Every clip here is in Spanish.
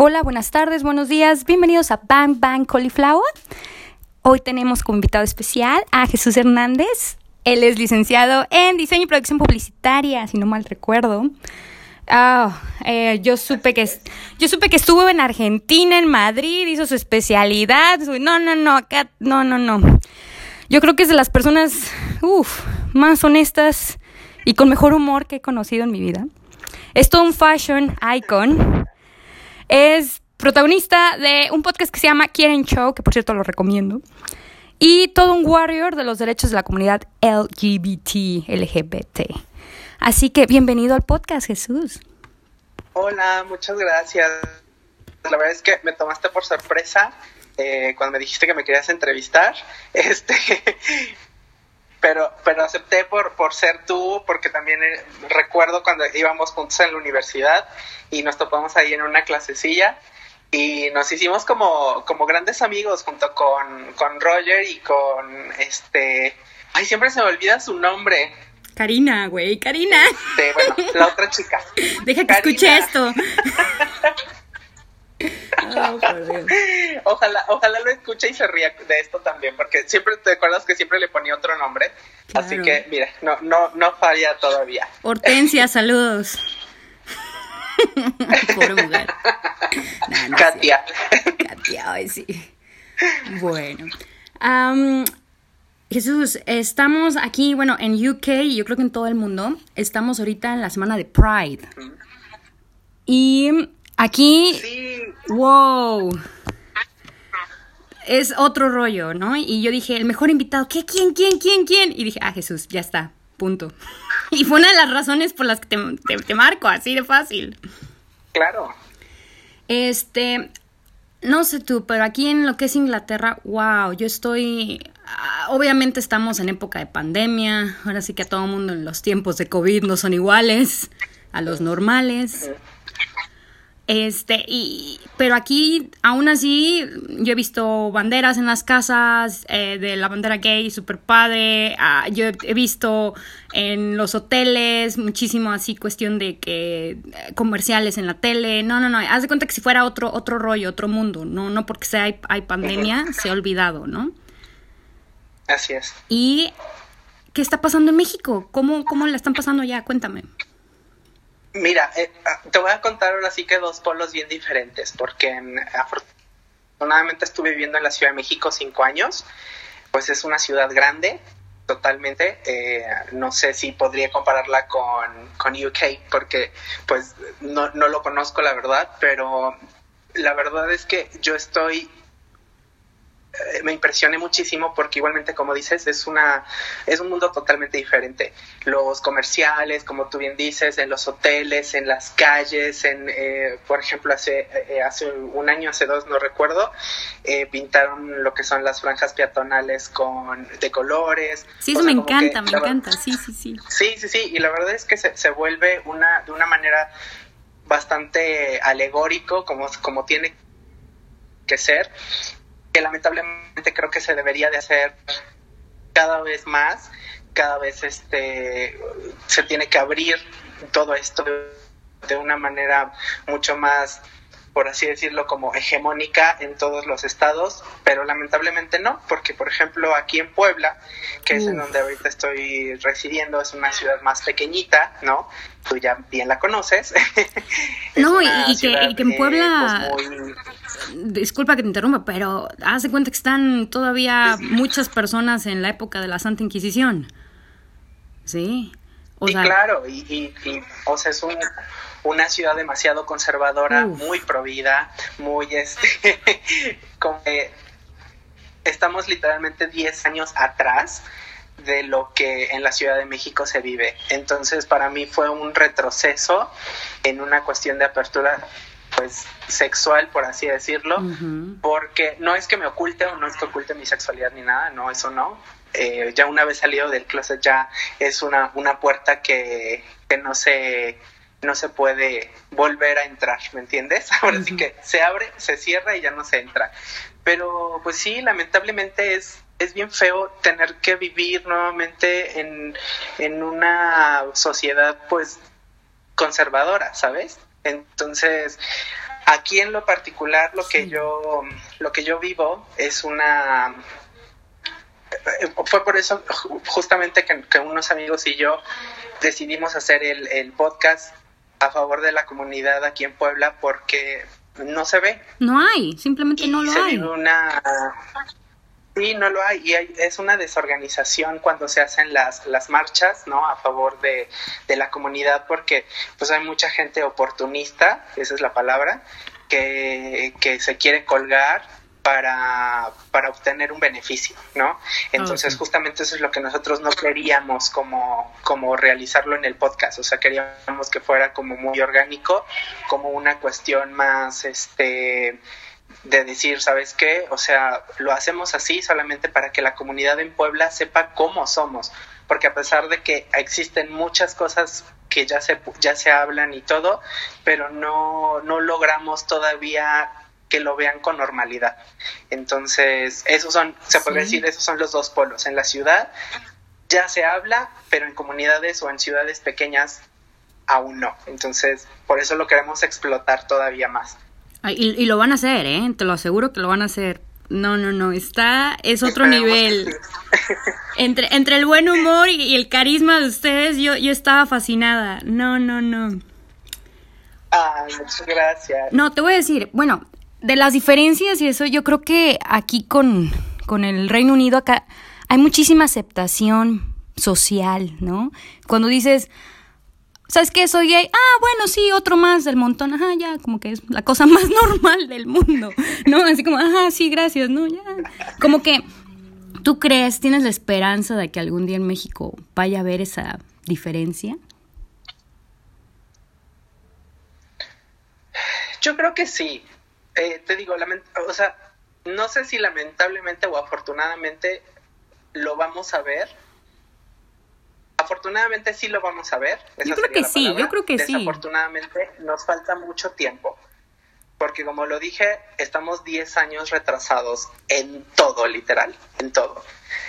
Hola, buenas tardes, buenos días, bienvenidos a Bang Bang Cauliflower. Hoy tenemos como invitado especial a Jesús Hernández. Él es licenciado en Diseño y Producción Publicitaria, si no mal recuerdo. Yo supe que estuvo en Argentina, en Madrid, hizo su especialidad. No. Yo creo que es de las personas más honestas y con mejor humor que he conocido en mi vida. Es todo un fashion icon. Es protagonista de un podcast que se llama Quieren Show, que por cierto lo recomiendo. Y todo un warrior de los derechos de la comunidad LGBT. Así que bienvenido al podcast, Jesús. Hola, muchas gracias. La verdad es que me tomaste por sorpresa cuando me dijiste que me querías entrevistar. Pero acepté por ser tú, porque también recuerdo cuando íbamos juntos en la universidad y nos topamos ahí en una clasecilla y nos hicimos como grandes amigos junto con Roger y con siempre se me olvida su nombre. Karina. Bueno, la otra chica. Deja que Karina. Escuche esto. Oh, por Dios. Ojalá lo escuche y se ría de esto también, porque siempre te acuerdas que siempre le ponía otro nombre. Claro. Así que, mira, no falla todavía. Hortensia, saludos. Pobre mujer. No Katia. Katia, ay sí. Bueno. Jesús, estamos aquí, en UK y yo creo que en todo el mundo. Estamos ahorita en la semana de Pride. Y aquí, sí. Wow, es otro rollo, ¿no? Y yo dije, el mejor invitado, ¿qué? ¿Quién? Y dije, Jesús, ya está, punto. Y fue una de las razones por las que te marco, así de fácil. Claro. No sé tú, pero aquí en lo que es Inglaterra, wow, yo estoy... Obviamente estamos en época de pandemia, ahora sí que a todo el mundo en los tiempos de COVID no son iguales a los normales. Pero aquí, aún así, yo he visto banderas en las casas, de la bandera gay, súper padre. Yo he visto en los hoteles muchísimo así cuestión de que comerciales en la tele. No, haz de cuenta que si fuera otro rollo, otro mundo. No porque hay pandemia, se ha olvidado, ¿no? Así es. ¿Y qué está pasando en México? ¿Cómo la están pasando ya? Cuéntame. Mira, te voy a contar ahora sí que dos polos bien diferentes, porque afortunadamente estuve viviendo en la Ciudad de México 5 años, pues es una ciudad grande, totalmente, no sé si podría compararla con UK, porque pues no lo conozco la verdad, pero la verdad es que me impresioné muchísimo porque igualmente, como dices, es un mundo totalmente diferente. Los comerciales, como tú bien dices, en los hoteles, en las calles, por ejemplo, hace un año, hace 2, no recuerdo, pintaron lo que son las franjas peatonales de colores. Sí, eso me encanta, sí. Sí, y la verdad es que se vuelve de una manera bastante alegórico, como tiene que ser, que lamentablemente creo que se debería de hacer cada vez más, cada vez se tiene que abrir todo esto de una manera mucho más, por así decirlo, como hegemónica en todos los estados, pero lamentablemente no, porque por ejemplo aquí en Puebla, que es en donde ahorita estoy residiendo, es una ciudad más pequeñita, ¿no? Tú ya bien la conoces. No, y que en Puebla... Disculpa que te interrumpa, pero haz de cuenta que están todavía muchas personas en la época de la Santa Inquisición. Sí. Claro, y o sea, es una ciudad demasiado conservadora, muy provida, muy como que estamos literalmente 10 años atrás de lo que en la Ciudad de México se vive. Entonces, para mí fue un retroceso en una cuestión de apertura pues sexual, por así decirlo, porque no es que me oculte o no es que oculte mi sexualidad ni nada, no, eso no. Ya una vez salido del closet ya es una puerta que no se puede volver a entrar, ¿me entiendes? Ahora sí que se abre, se cierra y ya no se entra. Pero pues sí, lamentablemente es bien feo tener que vivir nuevamente en una sociedad pues conservadora, ¿sabes? Entonces, Aquí en lo particular, lo que yo vivo es fue por eso justamente que unos amigos y yo decidimos hacer el podcast a favor de la comunidad aquí en Puebla, porque no se ve. No hay, simplemente no lo hay. Sí, no lo hay, y es una desorganización cuando se hacen las marchas, ¿no? A favor de la comunidad, porque pues hay mucha gente oportunista, esa es la palabra, que se quiere colgar para obtener un beneficio, ¿no? Entonces justamente eso es lo que nosotros no queríamos como realizarlo en el podcast, o sea, queríamos que fuera como muy orgánico, como una cuestión más de decir, ¿sabes qué? O sea, lo hacemos así solamente para que la comunidad en Puebla sepa cómo somos, porque a pesar de que existen muchas cosas que ya se hablan y todo, pero no logramos todavía que lo vean con normalidad. Entonces, se podría decir, esos son los dos polos. En la ciudad ya se habla, pero en comunidades o en ciudades pequeñas aún no. Entonces, por eso lo queremos explotar todavía más. Y lo van a hacer, te lo aseguro que lo van a hacer. No, es otro nivel. Entre el buen humor y el carisma de ustedes, yo estaba fascinada. No. Muchas gracias. No, te voy a decir, bueno, de las diferencias y eso, yo creo que aquí con el Reino Unido, acá hay muchísima aceptación social, ¿no? Cuando dices, ¿sabes qué? Soy gay. Bueno, sí, otro más del montón. Ajá, ya, como que es la cosa más normal del mundo, ¿no? Así como, sí, gracias, ¿no? Ya. Como que, ¿tú crees, tienes la esperanza de que algún día en México vaya a haber esa diferencia? Yo creo que sí. Te digo, o sea, no sé si lamentablemente o afortunadamente lo vamos a ver. Afortunadamente sí lo vamos a ver. Yo creo que sí. Desafortunadamente nos falta mucho tiempo. Porque como lo dije, estamos 10 años retrasados en todo, literal, en todo.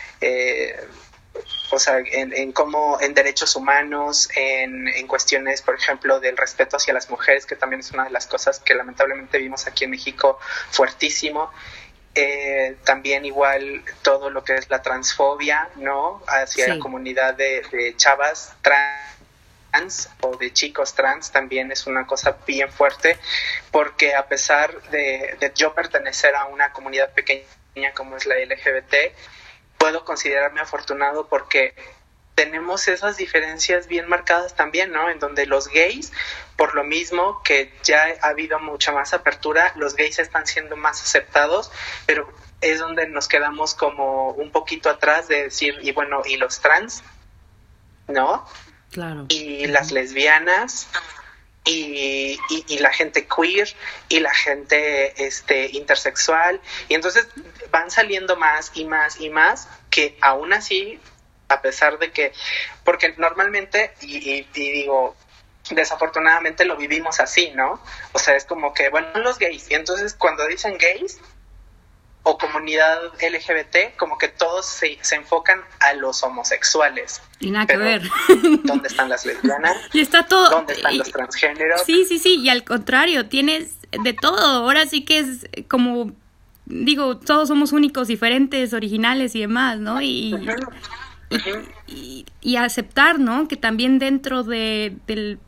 O sea, en derechos humanos, en cuestiones, por ejemplo, del respeto hacia las mujeres, que también es una de las cosas que lamentablemente vimos aquí en México fuertísimo. También igual todo lo que es la transfobia, ¿no? Hacia la comunidad de chavas trans o de chicos trans también es una cosa bien fuerte, porque a pesar de yo pertenecer a una comunidad pequeña como es la LGBT, puedo considerarme afortunado porque tenemos esas diferencias bien marcadas también, ¿no? En donde los gays, por lo mismo que ya ha habido mucha más apertura, los gays están siendo más aceptados, pero es donde nos quedamos como un poquito atrás de decir, y bueno, ¿y los trans? ¿No? Claro. Y las lesbianas, y la gente queer, y la gente intersexual, y entonces van saliendo más y más y más, que aún así, a pesar de que, porque normalmente, y digo, desafortunadamente lo vivimos así, ¿no? O sea, es como que, bueno, los gays, y entonces cuando dicen gays o comunidad LGBT, como que todos se enfocan a los homosexuales. Y nada que ver. ¿Dónde están las lesbianas? Y está todo. ¿Dónde están los transgéneros? Sí, y al contrario, tienes de todo. Ahora sí que es como, digo, todos somos únicos, diferentes, originales y demás, ¿no? Y aceptar, ¿no? Que también dentro del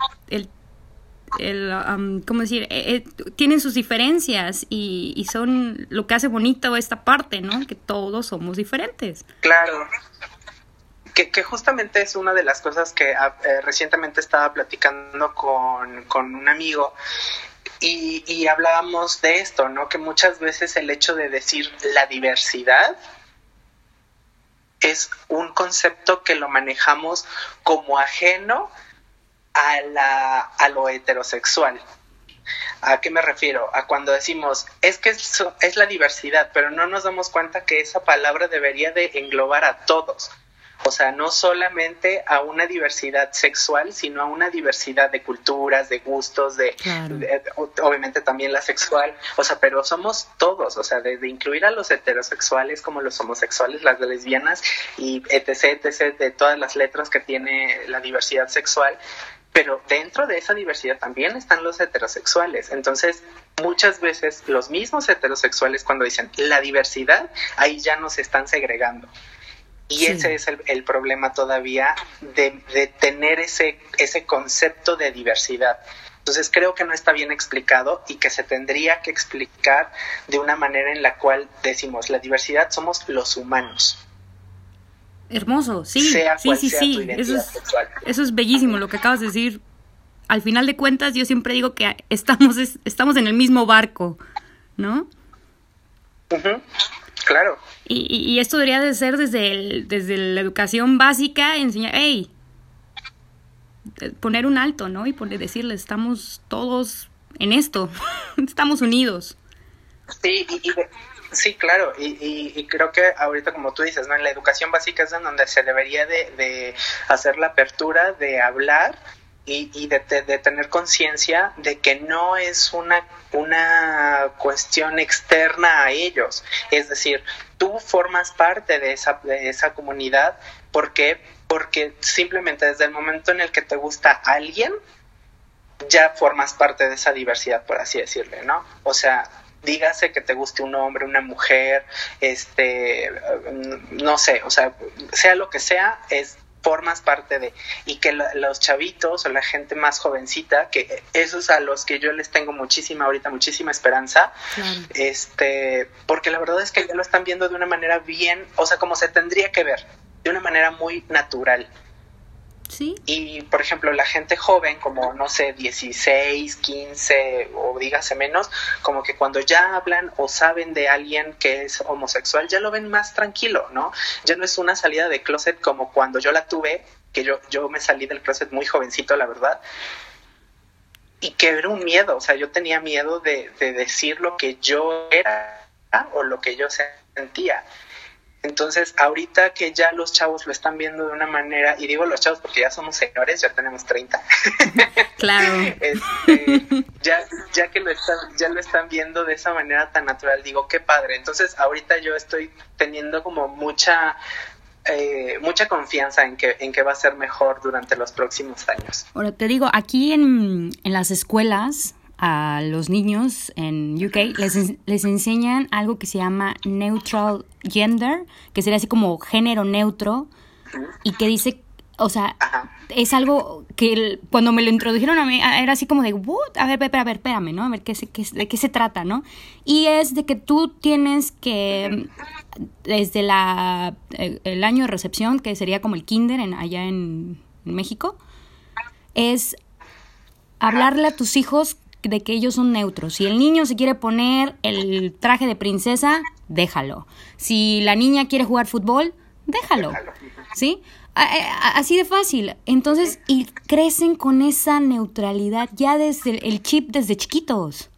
¿cómo decir? Tienen sus diferencias y son lo que hace bonito esta parte, ¿no? Que todos somos diferentes. Claro. Que justamente es una de las cosas que recientemente estaba platicando con un amigo y hablábamos de esto, ¿no? Que muchas veces el hecho de decir la diversidad es un concepto que lo manejamos como ajeno a lo heterosexual. ¿A qué me refiero? A cuando decimos, es que es la diversidad, pero no nos damos cuenta que esa palabra debería de englobar a todos. O sea, no solamente a una diversidad sexual, sino a una diversidad de culturas, de gustos, claro. Obviamente también la sexual. O sea, pero somos todos, o sea, desde incluir a los heterosexuales como los homosexuales, las lesbianas y etc., de todas las letras que tiene la diversidad sexual. pero dentro de esa diversidad también están los heterosexuales. Entonces, muchas veces los mismos heterosexuales cuando dicen la diversidad, ahí ya nos están segregando. Y sí, ese es el problema todavía de tener ese concepto de diversidad. Entonces creo que no está bien explicado y que se tendría que explicar de una manera en la cual decimos la diversidad somos los humanos. Hermoso, sí, sea sí, sí, sí. Eso es bellísimo lo que acabas de decir. Al final de cuentas, yo siempre digo que estamos en el mismo barco, ¿no? Uh-huh. Claro. Y esto debería de ser desde la educación básica, enseñar, poner un alto, ¿no? Y decirles, estamos todos en esto, estamos unidos. Sí, sí, claro, y creo que ahorita, como tú dices, ¿no? En la educación básica es en donde se debería de hacer la apertura, de hablar y de tener conciencia de que no es una cuestión externa a ellos. Es decir, tú formas parte de esa comunidad porque simplemente desde el momento en el que te gusta alguien, ya formas parte de esa diversidad, por así decirle, ¿no? O sea, dígase que te guste un hombre, una mujer, no sé, o sea lo que sea, formas parte de, y que los chavitos o la gente más jovencita, que esos a los que yo les tengo muchísima esperanza, claro. Porque la verdad es que ya lo están viendo de una manera bien, o sea, como se tendría que ver, de una manera muy natural. Sí. Y, por ejemplo, la gente joven, como, no sé, 16, 15 o dígase menos, como que cuando ya hablan o saben de alguien que es homosexual, ya lo ven más tranquilo, ¿no? Ya no es una salida de closet como cuando yo la tuve, que yo me salí del closet muy jovencito, la verdad, y que era un miedo, o sea, yo tenía miedo de decir lo que yo era o lo que yo sentía. Entonces, ahorita que ya los chavos lo están viendo de una manera, y digo los chavos porque ya somos señores, ya tenemos 30. Claro. Ya que lo están viendo de esa manera tan natural, digo, qué padre. Entonces, ahorita yo estoy teniendo como mucha confianza en que va a ser mejor durante los próximos años. Ahora te digo, aquí en las escuelas, a los niños en UK les enseñan algo que se llama neutral gender, que sería así como género neutro, y que dice, o sea, es algo que cuando me lo introdujeron a mí era así como de, ¿what? A ver, espérame, ¿no? A ver de qué se trata, ¿no? Y es de que tú tienes que, desde el año de recepción, que sería como el kinder allá en México, es hablarle a tus hijos de que ellos son neutros. Si el niño se quiere poner el traje de princesa, déjalo. Si la niña quiere jugar fútbol, déjalo. ¿Sí? Así de fácil. Entonces, y crecen con esa neutralidad ya desde el chip desde chiquitos.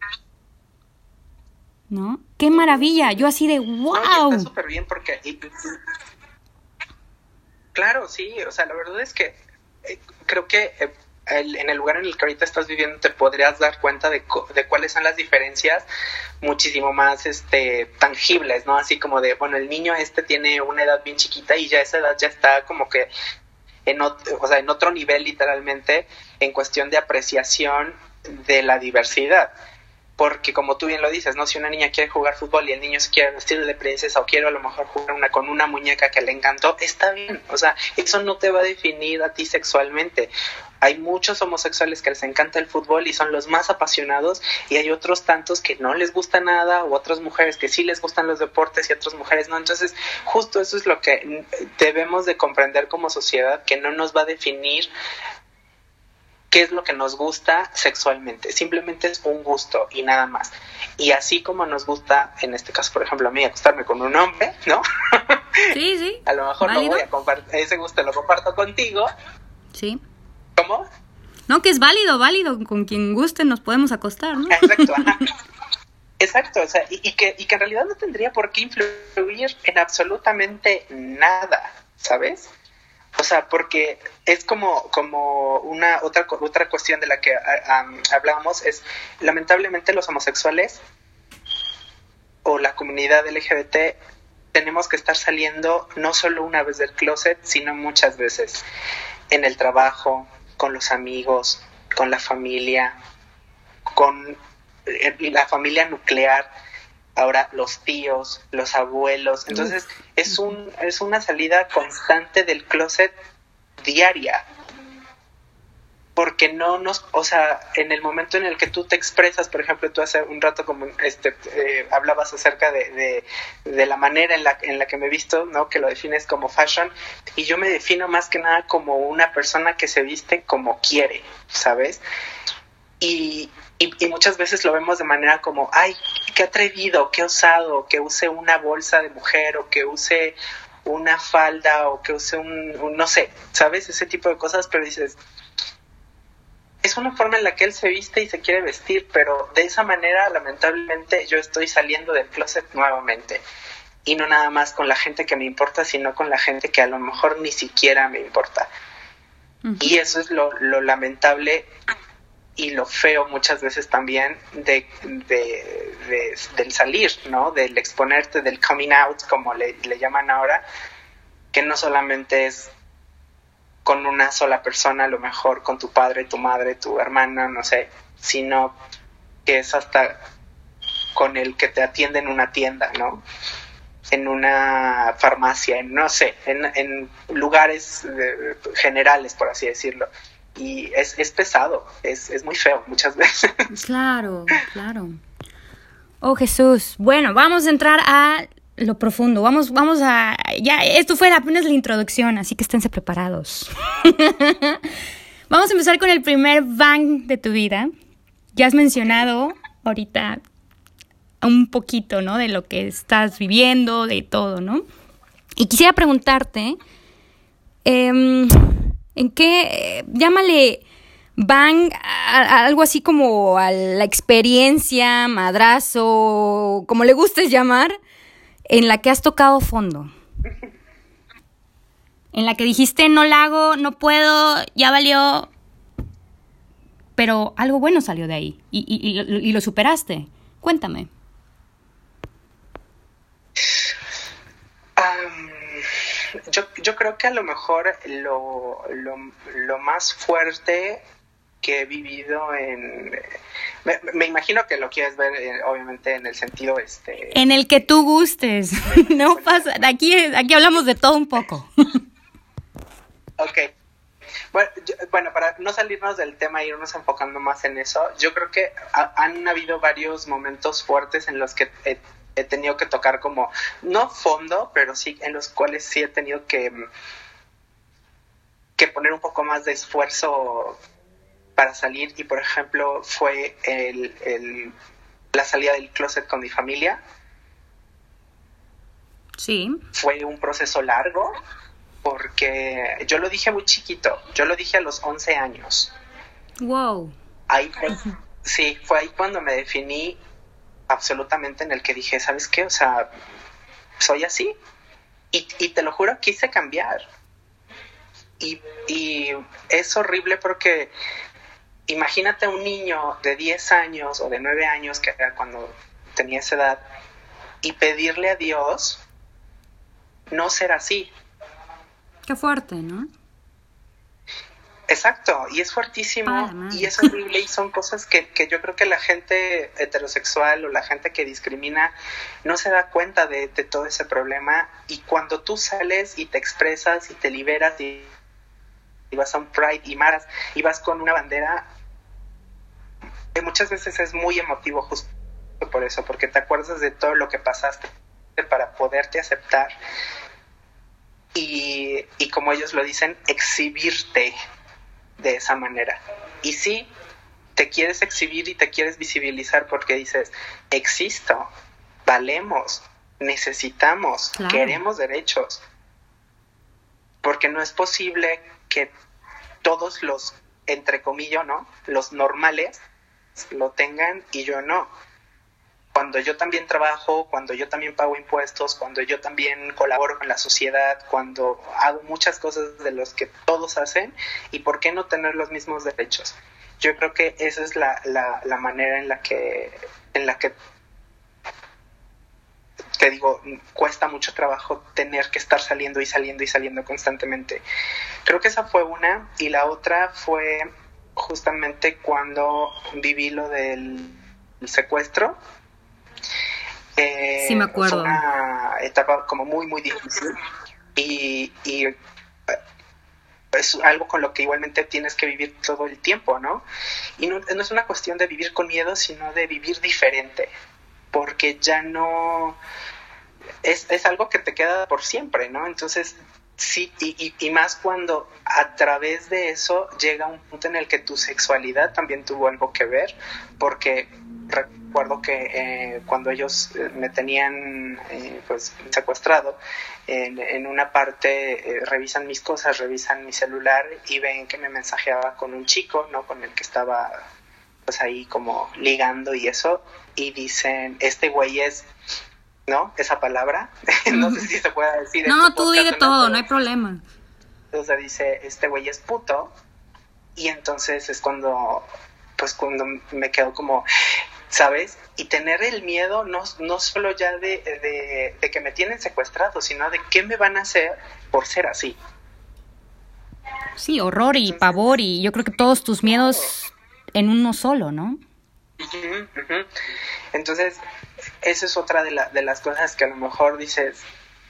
¿No? ¡Qué maravilla! Yo así de ¡wow! No, está súper bien porque... Claro, sí. O sea, la verdad es que creo que... en el lugar en el que ahorita estás viviendo te podrías dar cuenta de cuáles son las diferencias muchísimo más tangibles, ¿no? Así como de, bueno, el niño tiene una edad bien chiquita y ya esa edad ya está como que en otro nivel literalmente en cuestión de apreciación de la diversidad. Porque como tú bien lo dices, ¿no? Si una niña quiere jugar fútbol y el niño se quiere vestir de princesa o quiere a lo mejor jugar con una muñeca que le encantó, está bien. O sea, eso no te va a definir a ti sexualmente. Hay muchos homosexuales que les encanta el fútbol y son los más apasionados, y hay otros tantos que no les gusta nada, o otras mujeres que sí les gustan los deportes y otras mujeres no. Entonces, justo eso es lo que debemos de comprender como sociedad, que no nos va a definir qué es lo que nos gusta sexualmente. Simplemente es un gusto y nada más. Y así como nos gusta, en este caso, por ejemplo, a mí acostarme con un hombre, ¿no? Sí. A lo mejor ¿válido? No voy a compartir, ese gusto lo comparto contigo. Sí. ¿Cómo? No, que es válido, con quien guste nos podemos acostar, ¿no? Exacto, ajá. Exacto, o sea, y que en realidad no tendría por qué influir en absolutamente nada, ¿sabes? O sea, porque es como una otra cuestión de la que hablábamos, es lamentablemente los homosexuales o la comunidad LGBT tenemos que estar saliendo no solo una vez del closet, sino muchas veces en el trabajo, con los amigos, con la familia, con la familia nuclear, ahora los tíos, los abuelos. Entonces es una salida constante del closet diaria, porque no nos, o sea, en el momento en el que tú te expresas, por ejemplo, tú hace un rato como hablabas acerca de la manera en la que me he visto, ¿no? Que lo defines como fashion, y yo me defino más que nada como una persona que se viste como quiere, ¿sabes? Y muchas veces lo vemos de manera como, ay, qué atrevido, qué osado, que use una bolsa de mujer, o que use una falda, o que use un no sé, ¿sabes? Ese tipo de cosas, pero dices, es una forma en la que él se viste y se quiere vestir, pero de esa manera, lamentablemente, yo estoy saliendo del closet nuevamente. Y no nada más con la gente que me importa, sino con la gente que a lo mejor ni siquiera me importa. Uh-huh. Y eso es lo lamentable y lo feo muchas veces también del salir, ¿no? Del exponerte, del coming out, como le llaman ahora, que no solamente es con una sola persona, a lo mejor con tu padre, tu madre, tu hermana, no sé, sino que es hasta con el que te atiende en una tienda, ¿no? En una farmacia, no sé, en lugares generales, por así decirlo. Y es pesado, es muy feo muchas veces. Claro. Oh, Jesús. Bueno, vamos a entrar a lo profundo. Vamos a... Ya, esto fue apenas la introducción, así que esténse preparados. Vamos a empezar con el primer bang de tu vida. Ya has mencionado ahorita un poquito, ¿no? De lo que estás viviendo, de todo, ¿no? Y quisiera preguntarte... ¿en qué? Llámale bang a algo así como a la experiencia, madrazo, como le gustes llamar, en la que has tocado fondo. En la que dijiste, no la hago, no puedo, ya valió. Pero algo bueno salió de ahí y lo superaste. Cuéntame. Yo creo que a lo mejor lo más fuerte que he vivido me imagino que lo quieres ver obviamente en el sentido en el que tú gustes. No pasa, aquí hablamos de todo un poco. Okay. Bueno, para no salirnos del tema e irnos enfocando más en eso, yo creo que han habido varios momentos fuertes en los que he tenido que tocar como, no fondo, pero sí en los cuales sí he tenido que poner un poco más de esfuerzo para salir. Y por ejemplo fue la salida del closet con mi familia. Sí. Fue un proceso largo porque yo lo dije muy chiquito, yo lo dije a los 11 años. Wow. Fue ahí cuando me definí absolutamente, en el que dije, ¿sabes qué? O sea, soy así. Y te lo juro, quise cambiar. Y es horrible porque imagínate un niño de 10 años o de 9 años, que era cuando tenía esa edad, y pedirle a Dios no ser así. Qué fuerte, ¿no? Exacto, y es fuertísimo y es horrible, y son cosas que yo creo que la gente heterosexual o la gente que discrimina no se da cuenta de todo ese problema. Y cuando tú sales y te expresas y te liberas y vas a un Pride y vas con una bandera, muchas veces es muy emotivo justo por eso, porque te acuerdas de todo lo que pasaste para poderte aceptar y como ellos lo dicen, exhibirte de esa manera. Y sí, te quieres exhibir y te quieres visibilizar porque dices, existo, valemos, necesitamos, claro, queremos derechos. Porque no es posible que todos los, entre comillas, ¿no?, los normales lo tengan y yo no. Cuando yo también trabajo, cuando yo también pago impuestos, cuando yo también colaboro con la sociedad, cuando hago muchas cosas de los que todos hacen, ¿y por qué no tener los mismos derechos? Yo creo que esa es la manera en la que te te digo, cuesta mucho trabajo tener que estar saliendo y saliendo y saliendo constantemente. Creo que esa fue una, y la otra fue justamente cuando viví lo del secuestro. Sí, me acuerdo. Fue una etapa como muy, muy difícil, y es algo con lo que igualmente tienes que vivir todo el tiempo, ¿no? Y no es una cuestión de vivir con miedo, sino de vivir diferente, porque ya no... Es algo que te queda por siempre, ¿no? Entonces, sí, y más cuando a través de eso llega un punto en el que tu sexualidad también tuvo algo que ver, porque recuerdo que cuando ellos me tenían pues secuestrado, en una parte revisan mis cosas, revisan mi celular y ven que me mensajeaba con un chico, ¿no? Con el que estaba pues ahí como ligando y eso, y dicen, este güey es... ¿no? Esa palabra, no sé si se puede decir. No, tú dile todo, no hay problema. Entonces dice, este güey es puto, y entonces es cuando me quedo como, ¿sabes? Y tener el miedo no solo ya de que me tienen secuestrado, sino de qué me van a hacer por ser así. Sí, horror y pavor, y yo creo que todos tus miedos en uno solo, ¿no? Entonces, esa es otra de las cosas que a lo mejor dices,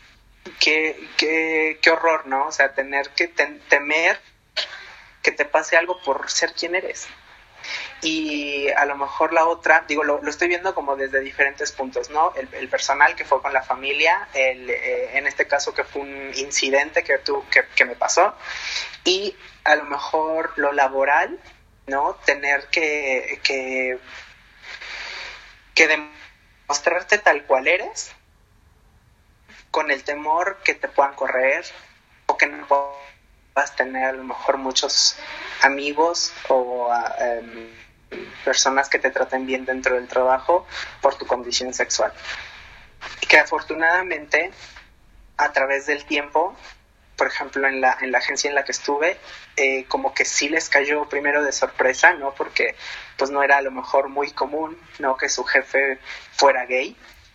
qué horror, ¿no? O sea, tener que temer que te pase algo por ser quien eres. Y a lo mejor la otra, digo, lo estoy viendo como desde diferentes puntos, ¿no? El personal, que fue con la familia, en este caso que fue un incidente que me pasó, y a lo mejor lo laboral, ¿no? Tener que demostrarte tal cual eres, con el temor que te puedan correr, o que no puedas tener a lo mejor muchos amigos o personas que te traten bien dentro del trabajo por tu condición sexual. Y que afortunadamente, a través del tiempo, por ejemplo en la agencia en la que estuve, como que sí les cayó primero de sorpresa, ¿no? Porque pues no era a lo mejor muy común, ¿no? Que su jefe fuera gay.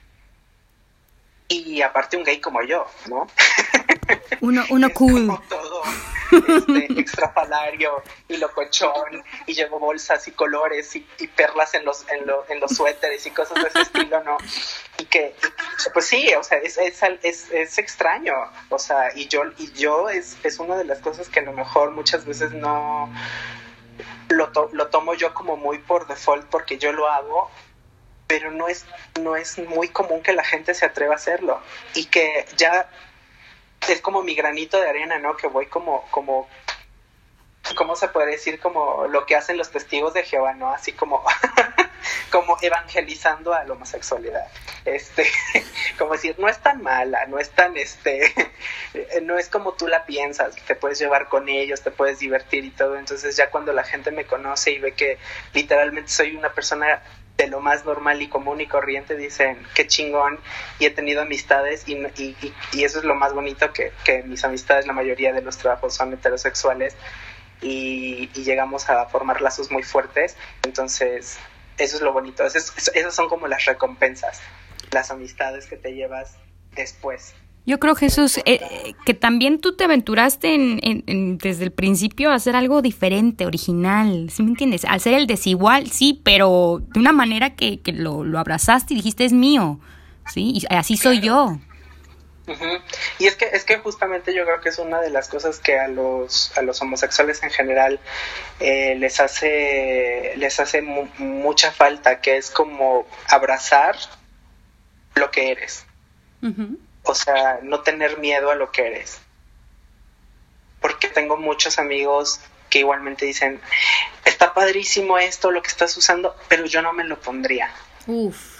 Y aparte un gay como yo, ¿no? Uno cool. Como todo, extrafalario y locochón, y llevo bolsas y colores y perlas en los suéteres y cosas de ese estilo, ¿no? Y pues sí, o sea, es extraño, o sea, y yo es una de las cosas que a lo mejor muchas veces no lo tomo yo como muy por default porque yo lo hago, pero no es muy común que la gente se atreva a hacerlo, y que ya es como mi granito de arena, ¿no? Que voy como ¿cómo se puede decir? Como lo que hacen los testigos de Jehová, ¿no? Así como como evangelizando a la homosexualidad. Como decir, no es tan mala, no es tan no es como tú la piensas, te puedes llevar con ellos, te puedes divertir y todo. Entonces ya cuando la gente me conoce y ve que literalmente soy una persona de lo más normal y común y corriente, dicen, qué chingón, y he tenido amistades, y eso es lo más bonito, que mis amistades, la mayoría de los trabajos son heterosexuales, y llegamos a formar lazos muy fuertes. Entonces eso es lo bonito, esas son como las recompensas, las amistades que te llevas después. Yo creo, Jesús, que también tú te aventuraste desde el principio a hacer algo diferente, original, ¿sí me entiendes? Al ser el desigual, sí, pero de una manera que lo abrazaste y dijiste, es mío, ¿sí? Y así soy yo. Uh-huh. Y es que justamente yo creo que es una de las cosas que a los homosexuales en general les hace mucha falta, que es como abrazar lo que eres. Uh-huh. O sea, no tener miedo a lo que eres. Porque tengo muchos amigos que igualmente dicen, está padrísimo esto, lo que estás usando, pero yo no me lo pondría. Uf.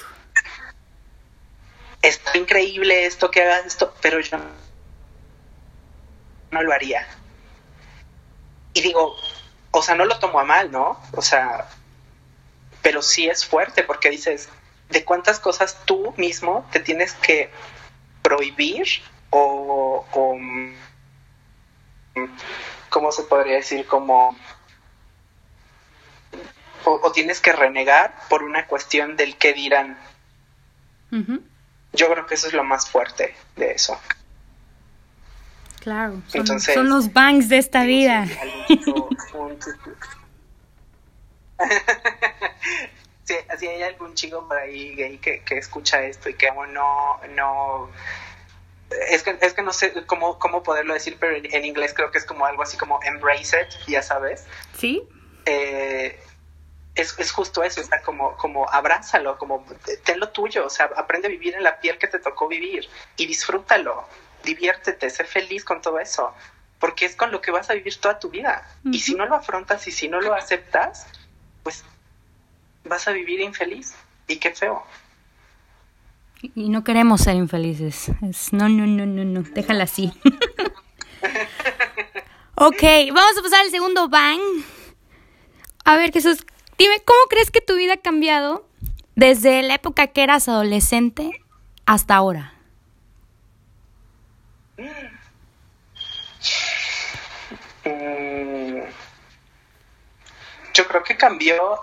Está increíble esto, que hagas esto, pero yo no lo haría. Y digo, o sea, no lo tomo a mal, ¿no? O sea, pero sí es fuerte, porque dices, ¿de cuántas cosas tú mismo te tienes que prohibir o ¿cómo se podría decir? Como o tienes que renegar por una cuestión del qué dirán. Uh-huh. Yo creo que eso es lo más fuerte de eso. Claro, Entonces, son los bangs de esta vida. Si hay algún chico por ahí gay que escucha esto y que no es que no sé cómo poderlo decir, pero en inglés creo que es como algo así como embrace it, ya sabes. ¿Sí? Es justo eso, o sea, como abrázalo, como ten lo tuyo, o sea, aprende a vivir en la piel que te tocó vivir y disfrútalo, diviértete, sé feliz con todo eso, porque es con lo que vas a vivir toda tu vida. Y si no lo afrontas y si no lo aceptas, pues vas a vivir infeliz, y qué feo. Y no queremos ser infelices. No, déjala así. Ok, vamos a pasar al segundo bang. A ver, Jesús, dime, ¿cómo crees que tu vida ha cambiado desde la época que eras adolescente hasta ahora? Yo creo que cambió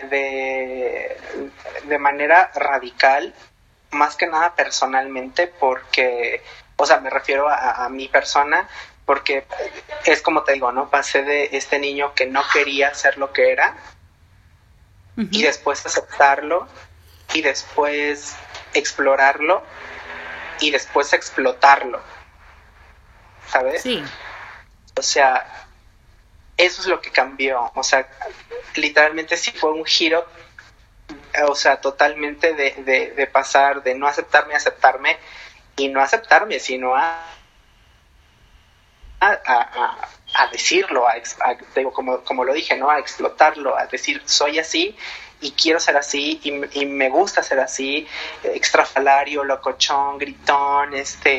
de manera radical, más que nada personalmente, porque, o sea, me refiero a mi persona, porque es como te digo, ¿no? Pasé de este niño que no quería ser lo que era, y después aceptarlo, y después explorarlo, y después explotarlo, ¿sabes? Sí. O sea, eso es lo que cambió, o sea, literalmente sí fue un giro, o sea, totalmente de pasar de no aceptarme a aceptarme, y no aceptarme, sino a decirlo, digo, como lo dije, ¿no? A explotarlo, a decir, soy así y quiero ser así y me gusta ser así, extrafalario, locochón, gritón,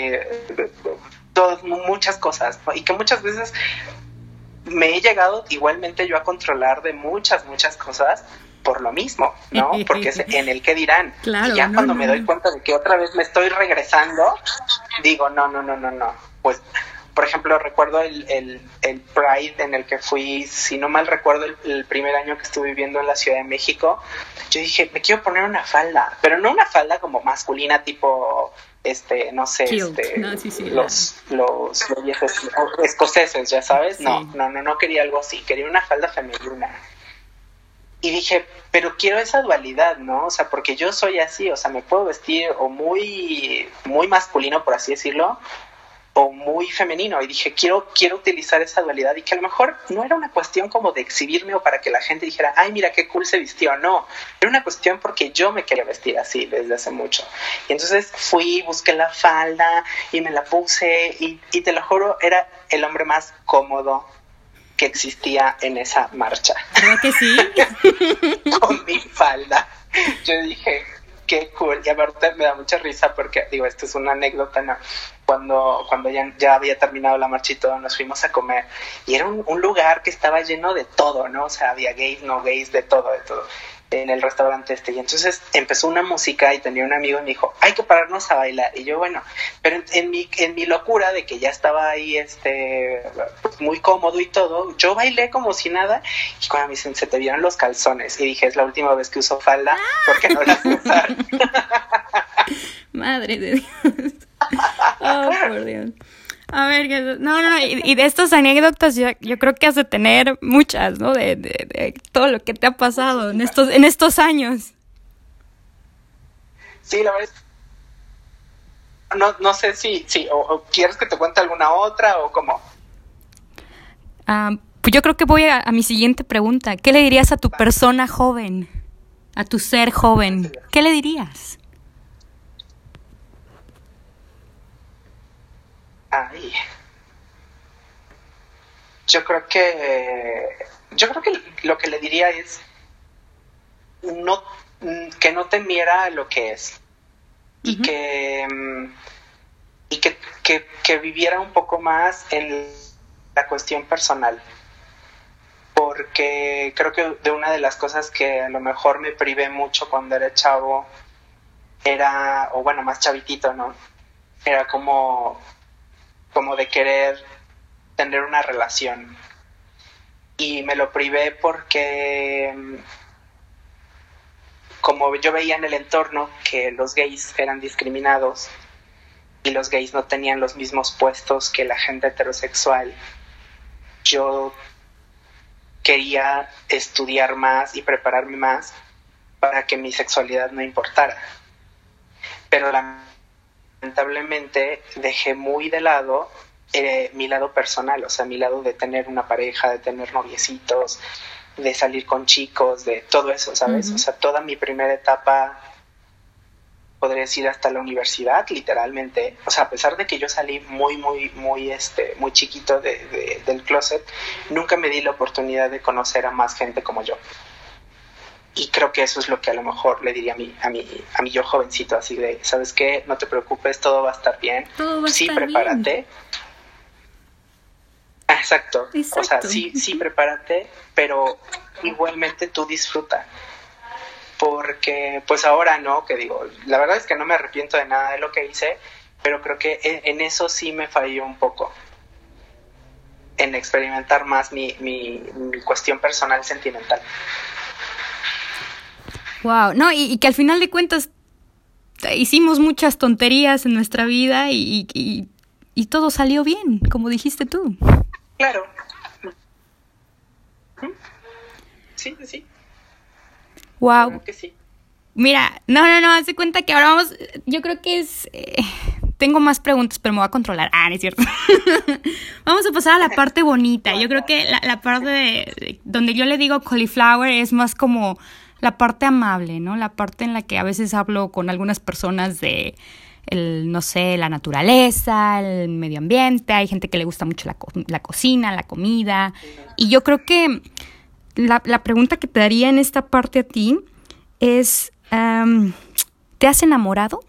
muchas cosas, ¿no? Y que muchas veces me he llegado igualmente yo a controlar de muchas cosas por lo mismo, ¿no? Porque es en el que dirán. Claro, y ya cuando me doy cuenta de que otra vez me estoy regresando, digo, no. Pues, por ejemplo, recuerdo el Pride en el que fui, si no mal recuerdo, el primer año que estuve viviendo en la Ciudad de México. Yo dije, me quiero poner una falda, pero no una falda como masculina tipo... no sé, los escoceses, ya sabes, sí. No quería algo así, quería una falda femenina. Y dije, pero quiero esa dualidad, ¿no? O sea, porque yo soy así, o sea, me puedo vestir o muy masculino, por así decirlo, o muy femenino, y dije, quiero utilizar esa dualidad, y que a lo mejor no era una cuestión como de exhibirme o para que la gente dijera, ay, mira qué cool se vistió, no, era una cuestión porque yo me quería vestir así desde hace mucho, y entonces busqué la falda, y me la puse, y te lo juro, era el hombre más cómodo que existía en esa marcha. ¿Verdad que sí? Con mi falda, yo dije, qué cool, y aparte me da mucha risa porque, digo, esto es una anécdota, ¿no? Cuando ya había terminado la marcha y todo, nos fuimos a comer, y era un lugar que estaba lleno de todo, ¿no? O sea, había gays, no gays, de todo, en el restaurante y entonces empezó una música y tenía un amigo y me dijo, hay que pararnos a bailar, y yo, bueno, pero en mi locura de que ya estaba ahí, pues muy cómodo y todo, yo bailé como si nada, y cuando me dicen, se te vieron los calzones, y dije, es la última vez que uso falda, porque no las usar. Madre de Dios. Oh, por Dios. A ver, no, y de estas anécdotas yo creo que has de tener muchas, ¿no? De todo lo que te ha pasado en estos años. Sí, la verdad es... No sé si o quieres que te cuente alguna otra o cómo. Pues yo creo que voy a mi siguiente pregunta. ¿Qué le dirías a tu persona joven? A tu ser joven. ¿Qué le dirías? Ay. Yo creo que lo que le diría es que no temiera lo que es, y que viviera un poco más en la cuestión personal, porque creo que de una de las cosas que a lo mejor me privé mucho cuando era chavo era, o bueno, más chavitito, ¿no? Era como de querer tener una relación, y me lo privé porque como yo veía en el entorno que los gays eran discriminados y los gays no tenían los mismos puestos que la gente heterosexual, yo quería estudiar más y prepararme más para que mi sexualidad no importara. Pero lamentablemente dejé muy de lado mi lado personal, o sea, mi lado de tener una pareja, de tener noviecitos, de salir con chicos, de todo eso, ¿sabes? Uh-huh. O sea, toda mi primera etapa, podría decir hasta la universidad, literalmente. O sea, a pesar de que yo salí muy chiquito del closet, nunca me di la oportunidad de conocer a más gente como yo. Y creo que eso es lo que a lo mejor le diría a mi yo jovencito, así de, ¿sabes qué? No te preocupes, todo va a estar bien. Todo va a sí, estar prepárate. Bien. Exacto. O sea, sí, prepárate, pero igualmente tú disfruta. Porque, pues ahora, ¿no? Que digo, la verdad es que no me arrepiento de nada de lo que hice, pero creo que en eso sí me falló un poco. En experimentar más mi cuestión personal sentimental. Wow, no, y que al final de cuentas hicimos muchas tonterías en nuestra vida y todo salió bien, como dijiste tú. Claro. Sí. Wow. Creo que sí. Mira, no, haz de cuenta que ahora vamos, yo creo que es, tengo más preguntas, pero me voy a controlar. No es cierto. Vamos a pasar a la parte bonita. Yo creo que la parte de donde yo le digo cauliflower es más como la parte amable, ¿no? La parte en la que a veces hablo con algunas personas de no sé, la naturaleza, el medio ambiente. Hay gente que le gusta mucho la cocina, la comida. Y yo creo que la pregunta que te daría en esta parte a ti es, ¿te has enamorado?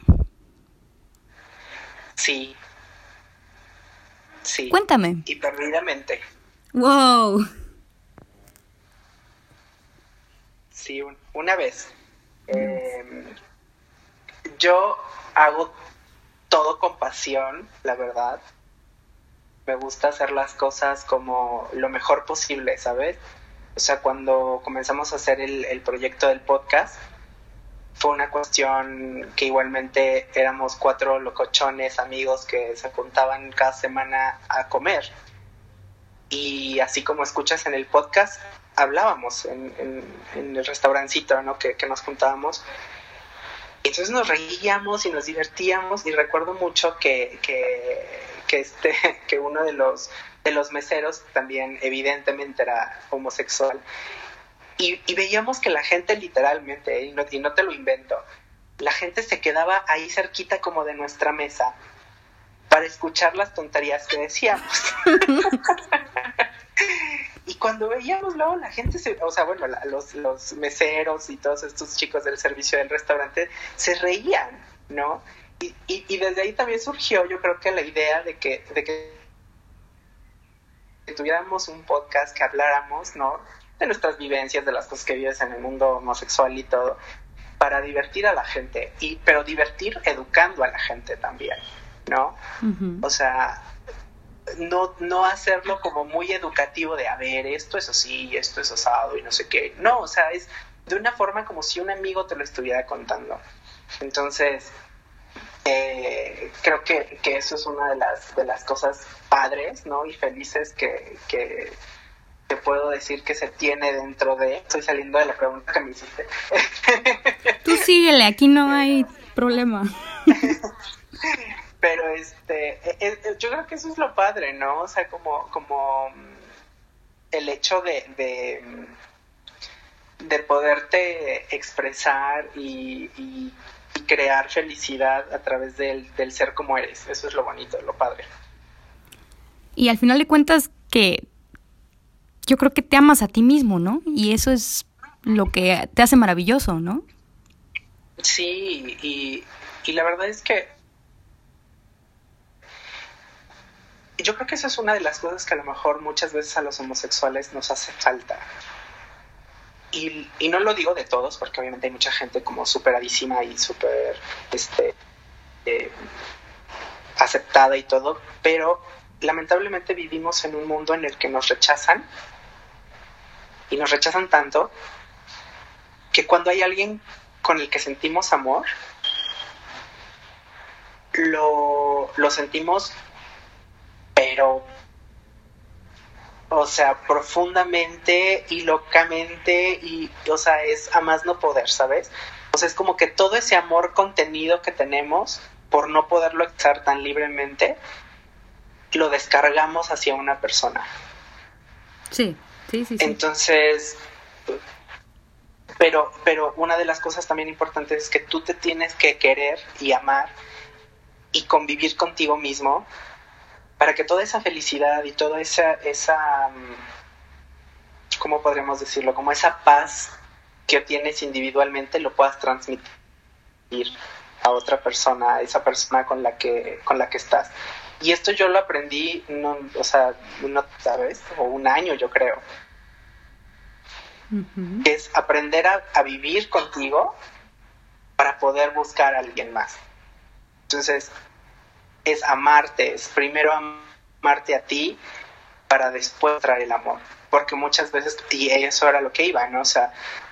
Sí. Cuéntame. Y perdidamente. Wow. Sí, una vez. Yo hago todo con pasión, la verdad. Me gusta hacer las cosas como lo mejor posible, ¿sabes? O sea, cuando comenzamos a hacer el proyecto del podcast, fue una cuestión que igualmente éramos 4 locochones amigos que se juntaban cada semana a comer. Y así como escuchas en el podcast, hablábamos en el restaurancito, ¿no? que nos juntábamos. Entonces nos reíamos y nos divertíamos, y recuerdo mucho que uno de los meseros también evidentemente era homosexual, y veíamos que la gente literalmente, y no te lo invento, la gente se quedaba ahí cerquita como de nuestra mesa para escuchar las tonterías que decíamos. Y cuando veíamos luego la gente, los meseros y todos estos chicos del servicio del restaurante se reían, ¿no? Y desde ahí también surgió, yo creo que la idea de que tuviéramos un podcast, que habláramos, ¿no? De nuestras vivencias, de las cosas que vives en el mundo homosexual y todo, para divertir a la gente, pero divertir educando a la gente también, ¿no? Uh-huh. O sea, no hacerlo como muy educativo de, a ver, esto es así, esto es asado y no sé qué. No, o sea, es de una forma como si un amigo te lo estuviera contando. Entonces, creo que eso es una de las cosas padres, ¿no? Y felices que puedo decir que se tiene dentro de... Estoy saliendo de la pregunta que me hiciste. Tú síguele, aquí no hay problema. Pero yo creo que eso es lo padre, ¿no? O sea, como el hecho de poderte expresar y crear felicidad a través del ser como eres. Eso es lo bonito, lo padre. Y al final de cuentas que yo creo que te amas a ti mismo, ¿no? Y eso es lo que te hace maravilloso, ¿no? Sí, y la verdad es que yo creo que eso es una de las cosas que a lo mejor muchas veces a los homosexuales nos hace falta. Y no lo digo de todos, porque obviamente hay mucha gente como superadísima y súper aceptada y todo, pero lamentablemente vivimos en un mundo en el que nos rechazan, y nos rechazan tanto que cuando hay alguien con el que sentimos amor, lo sentimos, pero, o sea, profundamente y locamente, y, o sea, es a más no poder, ¿sabes? O sea, es como que todo ese amor contenido que tenemos, por no poderlo expresar tan libremente, lo descargamos hacia una persona. Sí. Entonces, pero una de las cosas también importantes es que tú te tienes que querer y amar y convivir contigo mismo para que toda esa felicidad y toda esa ¿cómo podríamos decirlo? Como esa paz que tienes individualmente lo puedas transmitir a otra persona, a esa persona con la que estás. Y esto yo lo aprendí, no sabes, o un año yo creo. Uh-huh. Es aprender a vivir contigo para poder buscar a alguien más. Entonces, es amarte, es primero amarte a ti para después traer el amor. Porque muchas veces, y eso era lo que iba, ¿no? O sea,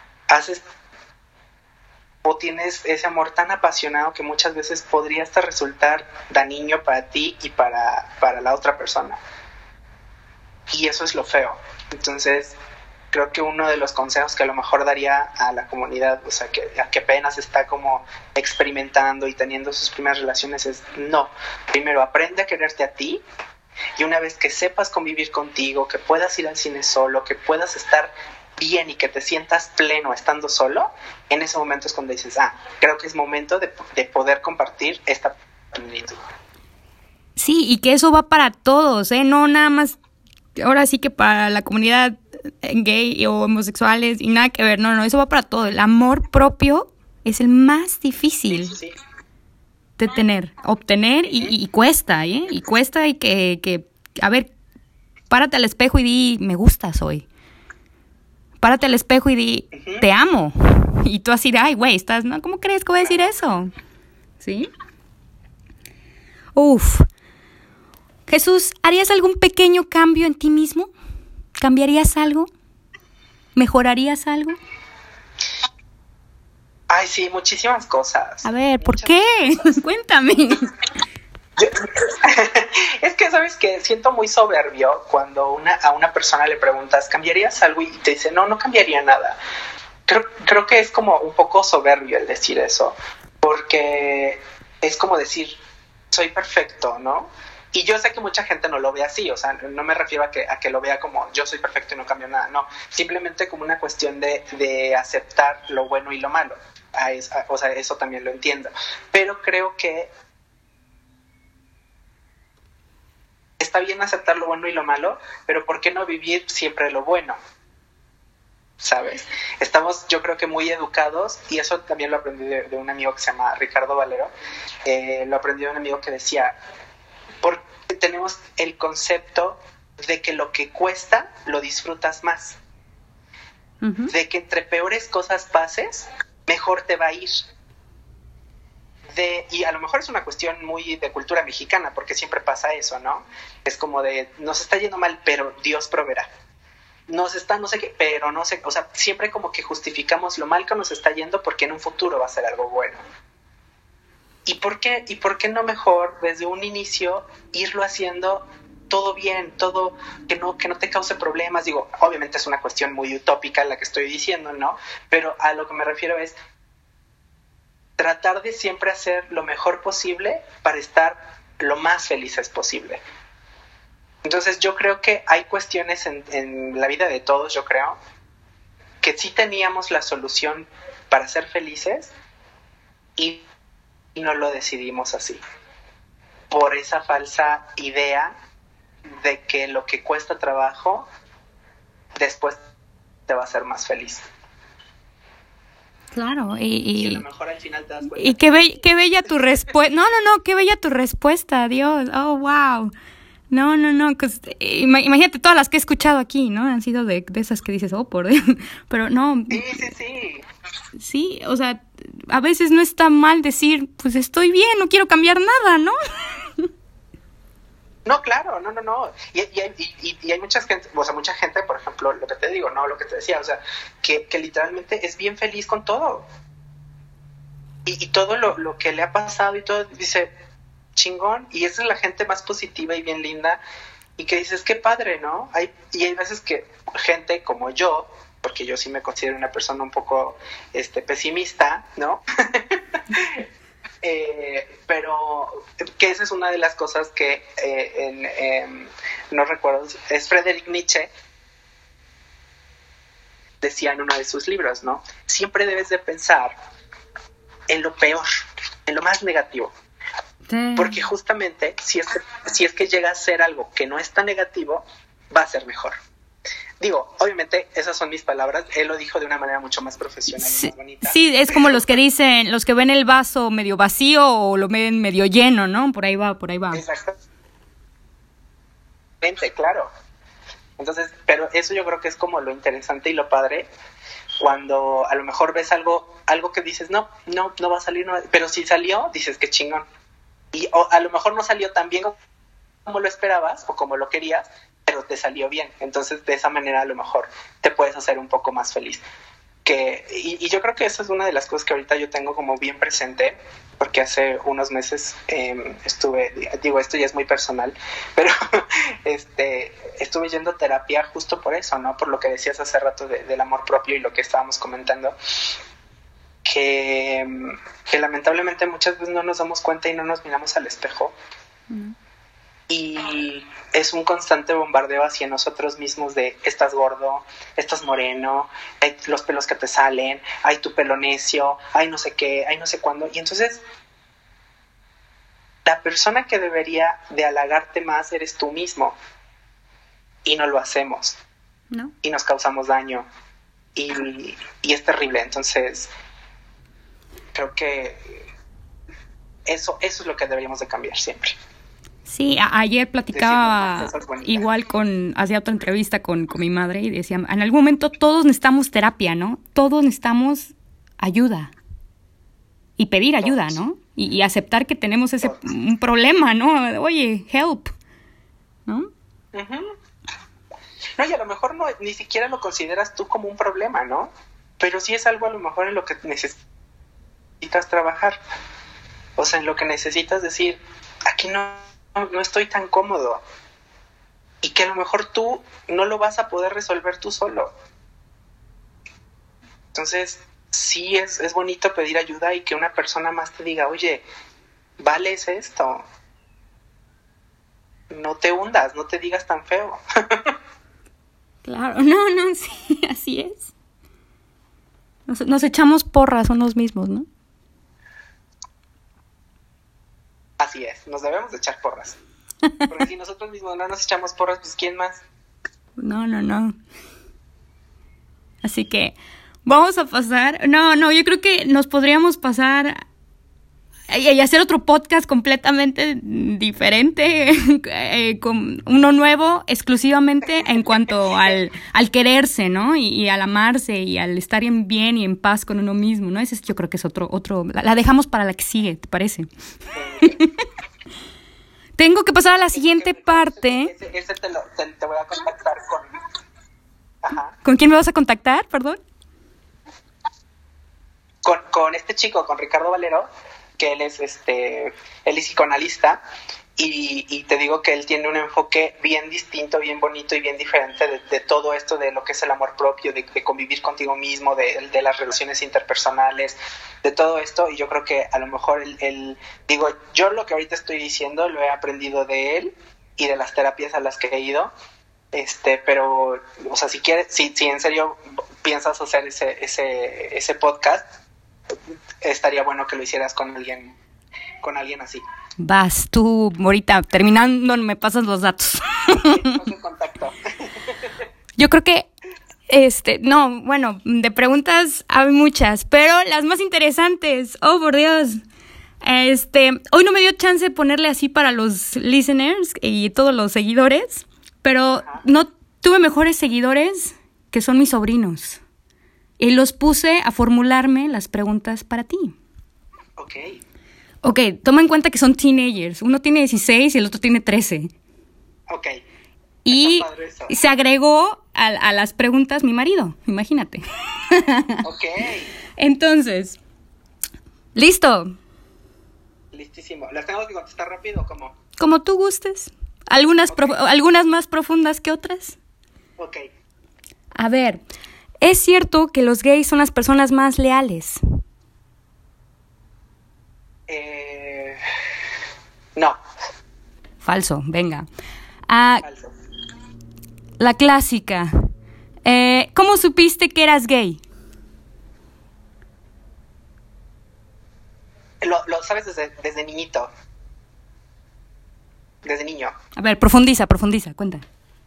tienes ese amor tan apasionado que muchas veces podría hasta resultar dañino para ti y para la otra persona. Y eso es lo feo. Entonces, creo que uno de los consejos que a lo mejor daría a la comunidad, o sea, que apenas está como experimentando y teniendo sus primeras relaciones, es no. Primero, aprende a quererte a ti, y una vez que sepas convivir contigo, que puedas ir al cine solo, que puedas estar bien y que te sientas pleno estando solo, en ese momento es cuando dices, creo que es momento de poder compartir esta plenitud. Sí, y que eso va para todos, no nada más, ahora sí que para la comunidad gay o homosexuales y nada que ver, no, eso va para todo. El amor propio es el más difícil de obtener y cuesta, y cuesta, y que, a ver, párate al espejo y di, me gustas hoy. Párate al espejo y di, te amo. Y tú así de, ay, güey, ¿no? ¿Cómo crees que voy a decir eso? ¿Sí? Uf. Jesús, ¿harías algún pequeño cambio en ti mismo? ¿Cambiarías algo? ¿Mejorarías algo? Ay, sí, muchísimas cosas. A ver, ¿por qué? Cuéntame. Es que, ¿sabes qué? Siento muy soberbio cuando a una persona le preguntas, ¿cambiarías algo? Y te dice, no cambiaría nada. Creo que es como un poco soberbio el decir eso, porque es como decir, soy perfecto, ¿no? Y yo sé que mucha gente no lo ve así, o sea, no me refiero a que lo vea como yo soy perfecto y no cambio nada, no, simplemente como una cuestión de aceptar lo bueno y lo malo. O sea, eso también lo entiendo, pero creo que está bien aceptar lo bueno y lo malo, pero ¿por qué no vivir siempre lo bueno? ¿Sabes? Estamos, yo creo que muy educados, y eso también lo aprendí de un amigo que se llama Ricardo Valero, lo aprendí de un amigo que decía, porque tenemos el concepto de que lo que cuesta lo disfrutas más, de que entre peores cosas pases, mejor te va a ir. Y a lo mejor es una cuestión muy de cultura mexicana, porque siempre pasa eso, ¿no? Es como de, nos está yendo mal, pero Dios proveerá. No sé qué, pero no sé, o sea, siempre como que justificamos lo mal que nos está yendo porque en un futuro va a ser algo bueno. ¿Y por qué no mejor desde un inicio irlo haciendo todo bien, todo que no te cause problemas? Digo, obviamente es una cuestión muy utópica la que estoy diciendo, ¿no? Pero a lo que me refiero es tratar de siempre hacer lo mejor posible para estar lo más felices posible. Entonces yo creo que hay cuestiones en la vida de todos, yo creo, que sí teníamos la solución para ser felices y no lo decidimos así. Por esa falsa idea de que lo que cuesta trabajo después te va a hacer más feliz. Claro, y a lo mejor al final te das cuenta. Y qué bella tu respuesta. No, qué bella tu respuesta, Dios. Oh, wow. No. Imagínate todas las que he escuchado aquí, ¿no? Han sido de esas que dices, oh, por Dios. Pero no. Sí. Sí, o sea, a veces no está mal decir, pues estoy bien, no quiero cambiar nada, ¿no? No, claro, no. Y hay mucha gente, por ejemplo, lo que te digo, ¿no? Lo que te decía, o sea, que literalmente es bien feliz con todo. y todo lo que le ha pasado y todo, dice, chingón, y esa es la gente más positiva y bien linda, y que dices, qué padre, ¿no? Y hay veces que gente como yo, porque yo sí me considero una persona un poco pesimista, ¿no? Pero que esa es una de las cosas que no recuerdo, es Friedrich Nietzsche, decía en uno de sus libros, ¿no? Siempre debes de pensar en lo peor, en lo más negativo. Sí. Porque justamente si es que llega a ser algo que no es tan negativo, va a ser mejor. Digo, obviamente esas son mis palabras, él lo dijo de una manera mucho más profesional y más bonita. Sí, es como los que dicen, los que ven el vaso medio vacío o lo ven medio lleno, ¿no? Por ahí va. Exactamente, claro. Entonces, pero eso yo creo que es como lo interesante y lo padre, cuando a lo mejor ves algo que dices, no va a salir, no, pero si salió, dices, qué chingón. Y a lo mejor no salió tan bien como lo esperabas o como lo querías, pero te salió bien. Entonces, de esa manera a lo mejor te puedes hacer un poco más feliz. Y yo creo que esa es una de las cosas que ahorita yo tengo como bien presente, porque hace unos meses esto ya es muy personal, pero estuve yendo a terapia justo por eso, ¿no? Por lo que decías hace rato del amor propio y lo que estábamos comentando, que lamentablemente muchas veces no nos damos cuenta y no nos miramos al espejo. Y es un constante bombardeo hacia nosotros mismos de estás gordo, estás moreno, hay los pelos que te salen, hay tu pelo necio, hay no sé qué, hay no sé cuándo. Y entonces la persona que debería de halagarte más eres tú mismo, y no lo hacemos, ¿no? Y nos causamos daño y es terrible. Entonces creo que eso es lo que deberíamos de cambiar siempre. Sí, ayer platicaba hacía otra entrevista con mi madre y decía, en algún momento todos necesitamos terapia, ¿no? Todos necesitamos ayuda y pedir ayuda, ¿no? Y aceptar que tenemos un problema, ¿no? Oye, help, ¿no? Uh-huh. No, y a lo mejor ni siquiera lo consideras tú como un problema, ¿no? Pero sí es algo a lo mejor en lo que necesitas trabajar. O sea, en lo que necesitas decir, aquí no estoy tan cómodo, y que a lo mejor tú no lo vas a poder resolver tú solo. Entonces sí es bonito pedir ayuda y que una persona más te diga, oye, vales esto, no te hundas, no te digas tan feo. Claro, no, sí, así es. Nos echamos porras unos mismos, ¿no? Así es, nos debemos de echar porras. Porque si nosotros mismos no nos echamos porras, pues ¿quién más? No. Así que vamos a pasar... No, yo creo que nos podríamos pasar y hacer otro podcast completamente diferente, con uno nuevo exclusivamente en cuanto al quererse, ¿no? Y al amarse y al estar en bien y en paz con uno mismo, ¿no? Ese yo creo que es otro la dejamos para la que sigue, ¿te parece? Tengo que pasar a la siguiente parte. Ese te voy a contactar con... Ajá. ¿Con quién me vas a contactar, perdón? Con este chico, con Ricardo Valero, que él es psicoanalista, y te digo que él tiene un enfoque bien distinto, bien bonito y bien diferente de todo esto de lo que es el amor propio, de convivir contigo mismo, de las relaciones interpersonales, de todo esto. Y yo creo que a lo mejor yo lo que ahorita estoy diciendo lo he aprendido de él y de las terapias a las que he ido, pero, o sea, si quieres, si en serio piensas hacer ese podcast, estaría bueno que lo hicieras con alguien así. Vas, tú ahorita terminando me pasas los datos. Contacto. Yo creo que de preguntas hay muchas, pero las más interesantes, oh por Dios, hoy no me dio chance de ponerle así para los listeners y todos los seguidores, pero no tuve mejores seguidores que son mis sobrinos. Y los puse a formularme las preguntas para ti. Ok, toma en cuenta que son teenagers. Uno tiene 16 y el otro tiene 13. Ok. Y se agregó a las preguntas mi marido, imagínate. Ok. Entonces, Listo. Listísimo. ¿Las tengo que contestar rápido o cómo? Como tú gustes. Algunas, Okay. algunas más profundas que otras. Ok. A ver, ¿es cierto que los gays son las personas más leales? No. Falso, venga. Falso. La clásica. ¿Cómo supiste que eras gay? Lo sabes desde niñito. Desde niño. A ver, profundiza, cuenta.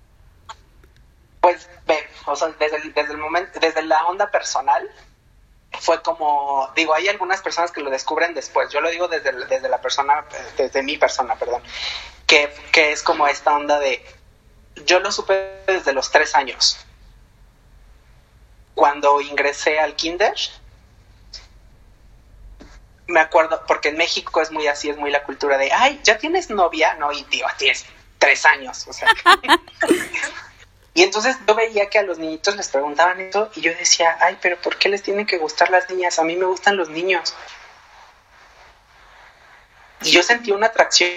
Pues ve, o sea, desde el momento, desde la onda personal, fue como, digo, hay algunas personas que lo descubren después. Yo lo digo desde la persona, desde mi persona, perdón, que es como esta onda de, yo lo supe desde los 3 años. Cuando ingresé al kinder, me acuerdo, porque en México es muy así, es muy la cultura de, ay, ¿ya tienes novia? No, y tío, tienes 3 años, o sea. Y entonces yo veía que a los niñitos les preguntaban eso y yo decía, ay, pero ¿por qué les tienen que gustar las niñas? A mí me gustan los niños. Y yo sentí una atracción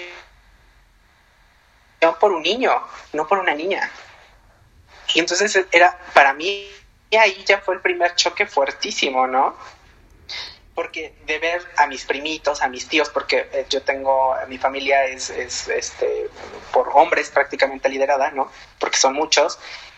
por un niño, no por una niña. Y entonces era, para mí, ahí ya fue el primer choque fuertísimo, ¿no? Porque de ver a mis primitos, a mis tíos, porque yo tengo, mi familia es por hombres prácticamente liderada, ¿no? Porque son muchos,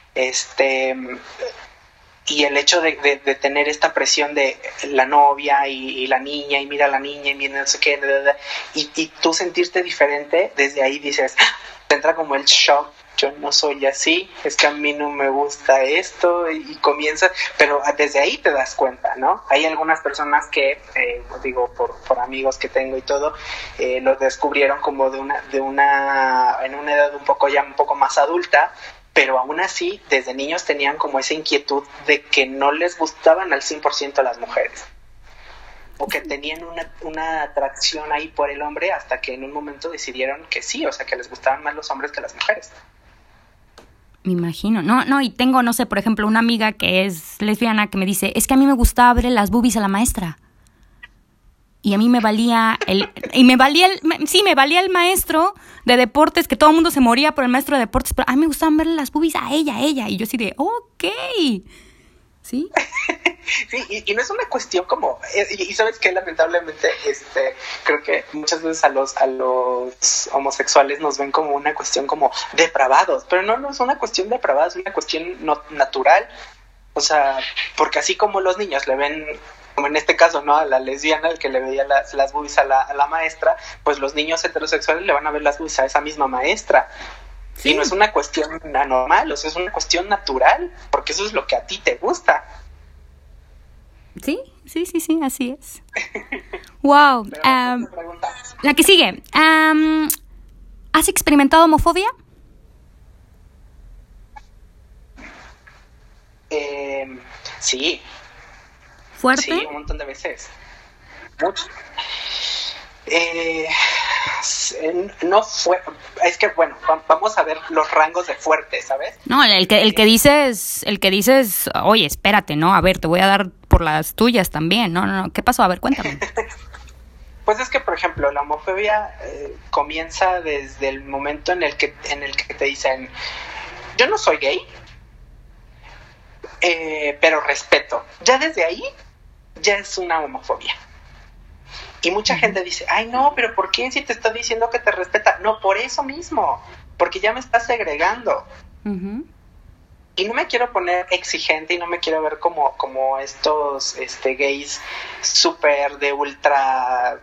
y el hecho de tener esta presión de la novia y la niña, y mira a la niña, y mira no sé qué, y tú sentirte diferente, desde ahí dices, te entra como el shock. Yo no soy así, es que a mí no me gusta esto, y comienza, pero desde ahí te das cuenta, ¿no? Hay algunas personas que, digo, por amigos que tengo y todo, lo descubrieron como en una edad un poco más adulta, pero aún así, desde niños tenían como esa inquietud de que no les gustaban al 100% las mujeres, o que tenían una atracción ahí por el hombre, hasta que en un momento decidieron que sí, o sea, que les gustaban más los hombres que las mujeres. Me imagino. No, y tengo, no sé, por ejemplo, una amiga que es lesbiana que me dice, es que a mí me gustaba verle las boobies a la maestra. Y a mí me valía me valía el maestro de deportes, que todo el mundo se moría por el maestro de deportes, pero a mí me gustaban verle las boobies a ella. Y yo así de, ok. ¿Sí? Sí, y no es una cuestión como, y sabes que lamentablemente creo que muchas veces a los homosexuales nos ven como una cuestión como depravados, pero no es una cuestión depravada, es una cuestión natural, o sea, porque así como los niños le ven, como en este caso, ¿no? A la lesbiana, el que le veía las boobies a la maestra, pues los niños heterosexuales le van a ver las boobies a esa misma maestra. Sí. Y no es una cuestión anormal, o sea, es una cuestión natural, porque eso es lo que a ti te gusta. Sí, así es. Wow. La que sigue. ¿Has experimentado homofobia? Sí. ¿Fuerte? Sí, un montón de veces. Mucho. No fue, es que bueno, vamos a ver los rangos de fuerte, ¿sabes? No, el que dices, oye, espérate, no, a ver, te voy a dar por las tuyas también, no, ¿qué pasó? A ver, cuéntame. Pues es que, por ejemplo, la homofobia comienza desde el momento en el que te dicen, yo no soy gay, pero respeto. Ya desde ahí, ya es una homofobia. Y mucha gente dice, ay no, pero ¿por qué si te está diciendo que te respeta? No, por eso mismo, porque ya me estás segregando. Uh-huh. Y no me quiero poner exigente y no me quiero ver como estos gays súper de ultra,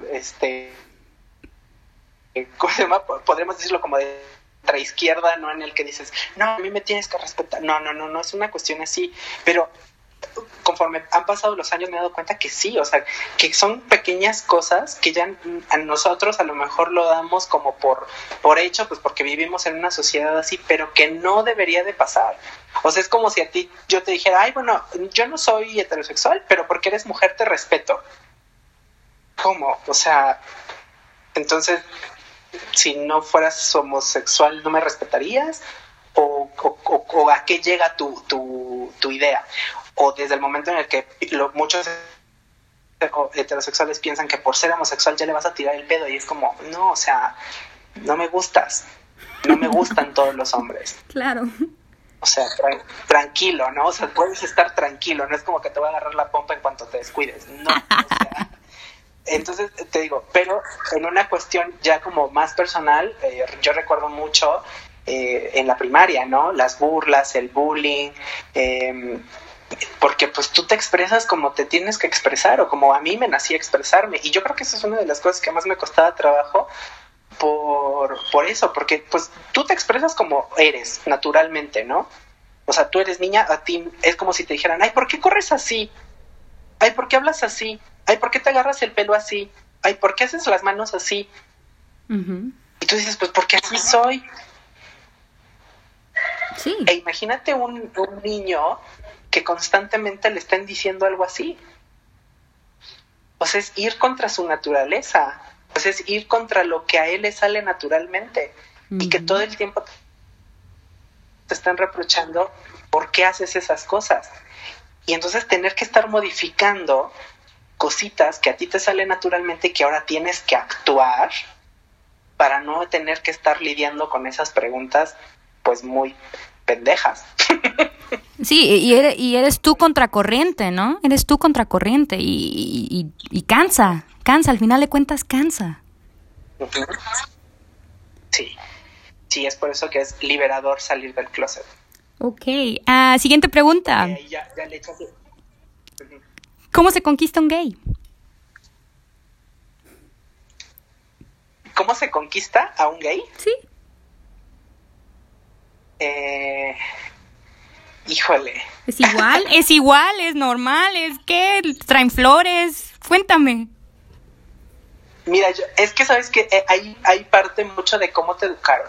¿cómo se llama? Podríamos decirlo como de ultra izquierda, ¿no? En el que dices, no, a mí me tienes que respetar. No es una cuestión así, pero conforme han pasado los años me he dado cuenta que sí, o sea, que son pequeñas cosas que ya a nosotros a lo mejor lo damos como por hecho, pues porque vivimos en una sociedad así, pero que no debería de pasar. O sea, es como si a ti yo te dijera, ay, bueno, yo no soy heterosexual, pero porque eres mujer te respeto. ¿Cómo? O sea, entonces, si no fueras homosexual, ¿no me respetarías? ¿O a qué llega tu idea? O desde el momento en el que muchos heterosexuales piensan que por ser homosexual ya le vas a tirar el pedo y es como, no, o sea, no me gustas, no me gustan todos los hombres. Claro. O sea, tranquilo, ¿no? O sea, puedes estar tranquilo, no es como que te va a agarrar la pompa en cuanto te descuides, no, o sea. Entonces, te digo, pero en una cuestión ya como más personal, yo recuerdo mucho en la primaria, ¿no? Las burlas, el bullying, porque pues tú te expresas como te tienes que expresar o como a mí me nacía expresarme, y yo creo que esa es una de las cosas que más me costaba trabajo por eso, porque pues tú te expresas como eres naturalmente, ¿no? O sea, tú eres niña, a ti es como si te dijeran, ay, ¿por qué corres así? Ay, ¿por qué hablas así? Ay, ¿por qué te agarras el pelo así? Ay, ¿por qué haces las manos así? Uh-huh. Y tú dices, pues porque así soy. Sí. E imagínate un niño que constantemente le estén diciendo algo así. O sea, es ir contra su naturaleza. O sea, es ir contra lo que a él le sale naturalmente. Uh-huh. Y que todo el tiempo te están reprochando por qué haces esas cosas. Y entonces tener que estar modificando cositas que a ti te salen naturalmente y que ahora tienes que actuar para no tener que estar lidiando con esas preguntas pues muy pendejas. Sí, y eres tú contracorriente, ¿no? Eres tú contracorriente y cansa, al final de cuentas cansa. Uh-huh. Sí, es por eso que es liberador salir del closet. Ok, siguiente pregunta. Ya le echas... ¿Cómo se conquista un gay? ¿Cómo se conquista a un gay? Sí. Híjole. ¿Es igual, es normal, es que traen flores? Cuéntame. Mira, es que sabes que hay parte mucho de cómo te educaron.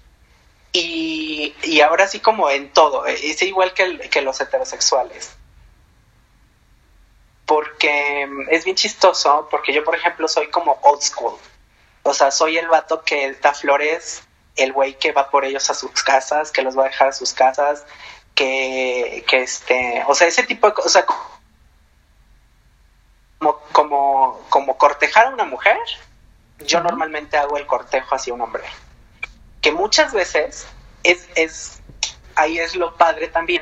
Y ahora sí como en todo, es igual que los heterosexuales. Porque es bien chistoso, porque yo, por ejemplo, soy como old school. O sea, soy el vato que da flores, el güey que va por ellos a sus casas, que los va a dejar a sus casas, o sea, ese tipo de cosas, o sea, como cortejar a una mujer, yo normalmente hago el cortejo hacia un hombre. Que muchas veces ahí es lo padre también,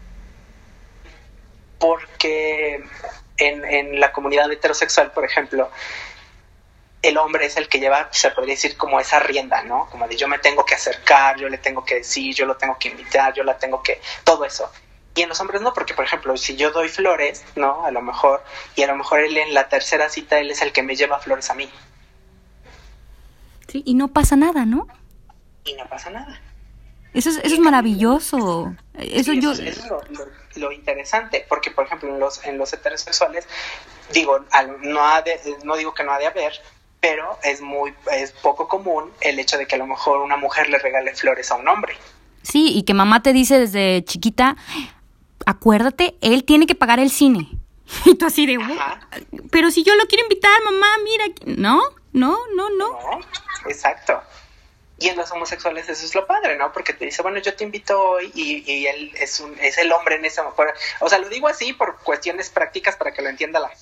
porque en la comunidad heterosexual, por ejemplo, el hombre es el que lleva, se podría decir, como esa rienda, ¿no? Como de yo me tengo que acercar, yo le tengo que decir, yo lo tengo que invitar, yo la tengo que... todo eso. Y en los hombres no, porque, por ejemplo, si yo doy flores, ¿no? A lo mejor él en la tercera cita, él es el que me lleva flores a mí. Sí, y no pasa nada, ¿no? Y no pasa nada. Eso es maravilloso. Eso es lo interesante, porque por ejemplo en los heterosexuales, digo, no digo que no ha de haber, pero es poco común el hecho de que a lo mejor una mujer le regale flores a un hombre. Sí, y que mamá te dice desde chiquita, acuérdate, él tiene que pagar el cine. Y tú así de, pero si yo lo quiero invitar, mamá, mira, no. No, exacto. Y en los homosexuales eso es lo padre, ¿no? Porque te dice, bueno, yo te invito hoy y él es el hombre en ese momento. O sea, lo digo así por cuestiones prácticas para que lo entienda la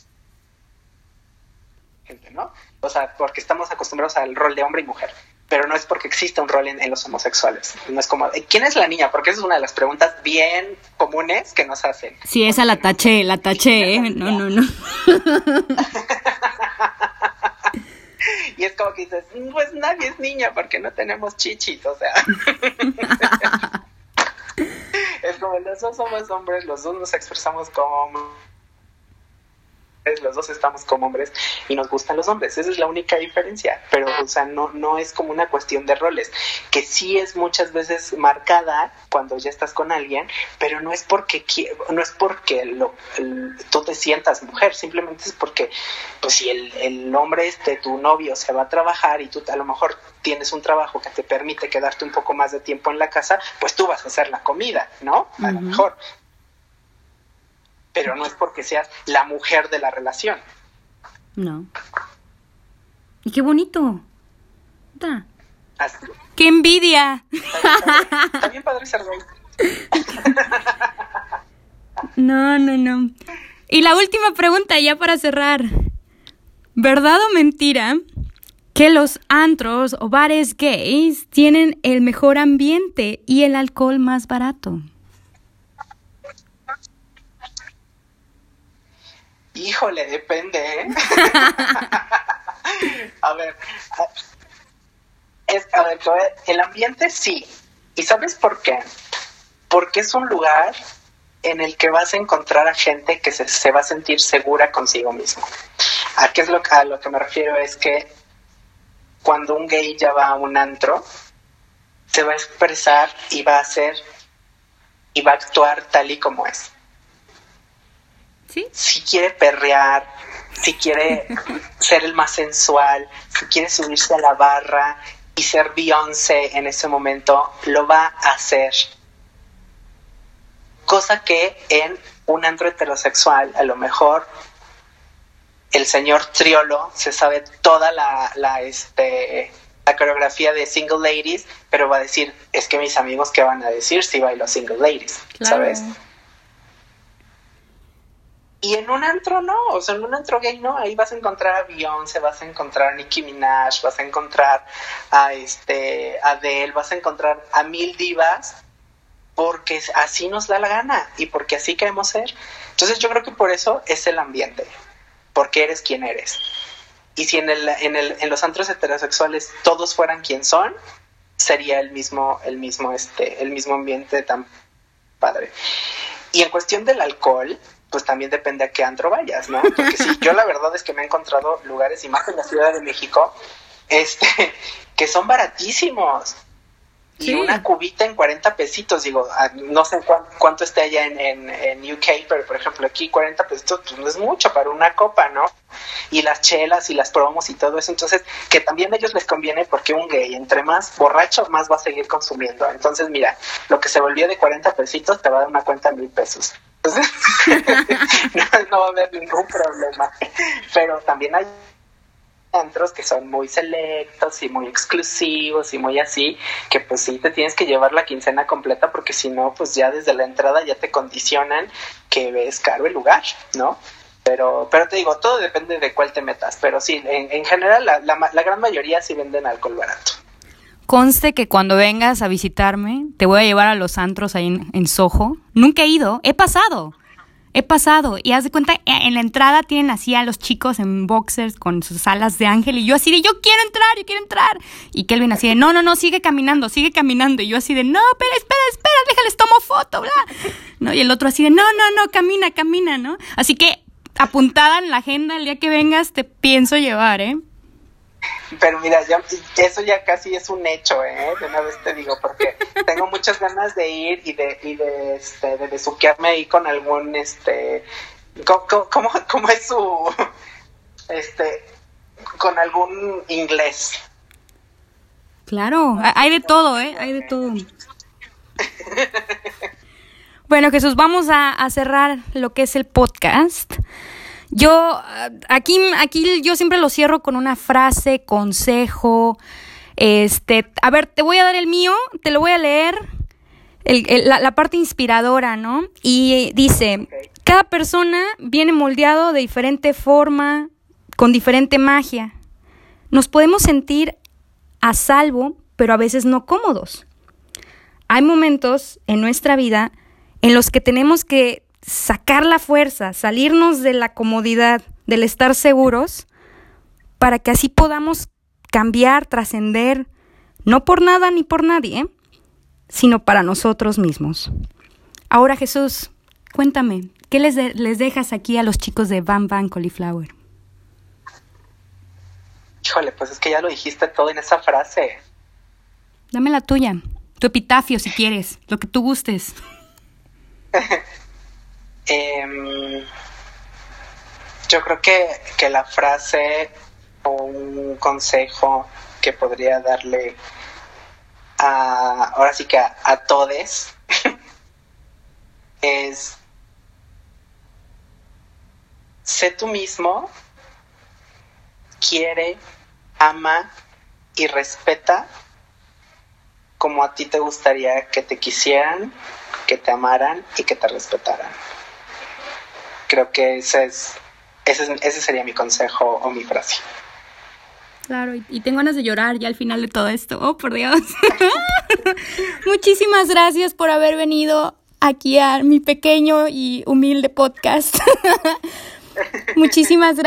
gente, ¿no? O sea, porque estamos acostumbrados al rol de hombre y mujer. Pero no es porque exista un rol en los homosexuales. No es como, ¿quién es la niña? Porque esa es una de las preguntas bien comunes que nos hacen. Sí, esa la taché, ¿eh? No. Y es como que dices, pues nadie es niña porque no tenemos chichis, o sea. Es como los dos somos hombres, los dos nos expresamos como hombres, los dos estamos como hombres y nos gustan los hombres, esa es la única diferencia, pero o sea, no es como una cuestión de roles, que sí es muchas veces marcada cuando ya estás con alguien, pero no es porque tú te sientas mujer, simplemente es porque pues si el hombre tu novio se va a trabajar y tú a lo mejor tienes un trabajo que te permite quedarte un poco más de tiempo en la casa, pues tú vas a hacer la comida, ¿no? A lo mejor. Pero no es porque seas la mujer de la relación. No. Y qué bonito. Así. ¡Qué envidia! Está bien padre ser gay. No. Y la última pregunta ya para cerrar. ¿Verdad o mentira que los antros o bares gays tienen el mejor ambiente y el alcohol más barato? Híjole, depende, ¿eh? A ver, el ambiente sí. ¿Y sabes por qué? Porque es un lugar en el que vas a encontrar a gente que se va a sentir segura consigo mismo. A lo que me refiero es que cuando un gay ya va a un antro, se va a expresar y va a actuar tal y como es. ¿Sí? Si quiere perrear, si quiere ser el más sensual, si quiere subirse a la barra y ser Beyoncé en ese momento, lo va a hacer. Cosa que en un antro heterosexual, a lo mejor el señor Triolo se sabe toda la coreografía de Single Ladies, pero va a decir, es que mis amigos, ¿qué van a decir si bailo Single Ladies? Claro. ¿Sabes? Y en un antro no, o sea, en un antro gay no, ahí vas a encontrar a Beyoncé, vas a encontrar a Nicki Minaj, vas a encontrar a Adele, vas a encontrar a mil divas, porque así nos da la gana y porque así queremos ser. Entonces yo creo que por eso es el ambiente, porque eres quien eres. Y si en los antros heterosexuales todos fueran quien son, sería el mismo ambiente tan padre. Y en cuestión del alcohol, pues también depende a qué antro vayas, ¿no? Porque sí, yo la verdad es que me he encontrado lugares, y más en la Ciudad de México, que son baratísimos. Sí. Y una cubita en 40 pesitos, digo, no sé cuánto esté allá en UK, pero por ejemplo aquí 40 pesitos pues no es mucho para una copa, ¿no? Y las chelas y las promos y todo eso, entonces que también a ellos les conviene, porque un gay entre más borracho más va a seguir consumiendo. Entonces mira, lo que se volvió de 40 pesitos te va a dar una cuenta de 1,000 pesos. Entonces no va a haber ningún problema, pero también hay antros que son muy selectos y muy exclusivos y muy así, que pues sí te tienes que llevar la quincena completa, porque si no, pues ya desde la entrada ya te condicionan que ves caro el lugar, ¿no? Pero te digo, todo depende de cuál te metas, pero sí, en general la gran mayoría sí venden alcohol barato. Conste que cuando vengas a visitarme, te voy a llevar a los antros ahí en Soho. Nunca he ido, he pasado, y haz de cuenta, en la entrada tienen así a los chicos en boxers con sus alas de ángel, y yo así de, yo quiero entrar, y Kelvin así de, no, sigue caminando, y yo así de, no, espera, déjales tomo foto, bla, ¿no? Y el otro así de, no, camina, ¿no? Así que, apuntada en la agenda, el día que vengas te pienso llevar, ¿eh? Pero mira, eso ya casi es un hecho, de una vez te digo, porque tengo muchas ganas de ir y de besuquearme ahí con algún, ¿cómo es su, con algún inglés? Claro, hay de todo, hay de todo. Bueno, Jesús, vamos a cerrar lo que es el podcast. Yo, aquí yo siempre lo cierro con una frase, consejo. A ver, te voy a dar el mío, te lo voy a leer, la parte inspiradora, ¿no? Y dice, cada persona viene moldeado de diferente forma, con diferente magia. Nos podemos sentir a salvo, pero a veces no cómodos. Hay momentos en nuestra vida en los que tenemos que sacar la fuerza, salirnos de la comodidad, del estar seguros, para que así podamos cambiar, trascender, no por nada ni por nadie, sino para nosotros mismos. Ahora, Jesús, cuéntame, ¿qué les dejas aquí a los chicos de Bang Bang Cauliflower? Híjole, pues es que ya lo dijiste todo en esa frase. Dame la tuya, tu epitafio si quieres, lo que tú gustes. Yo creo que la frase o un consejo que podría darle ahora sí que a todes es: sé tú mismo, quiere, ama y respeta como a ti te gustaría que te quisieran, que te amaran y que te respetaran. creo que ese sería mi consejo o mi frase. Claro, y tengo ganas de llorar ya al final de todo esto. Oh, por Dios. Muchísimas gracias por haber venido aquí a mi pequeño y humilde podcast. Muchísimas gracias.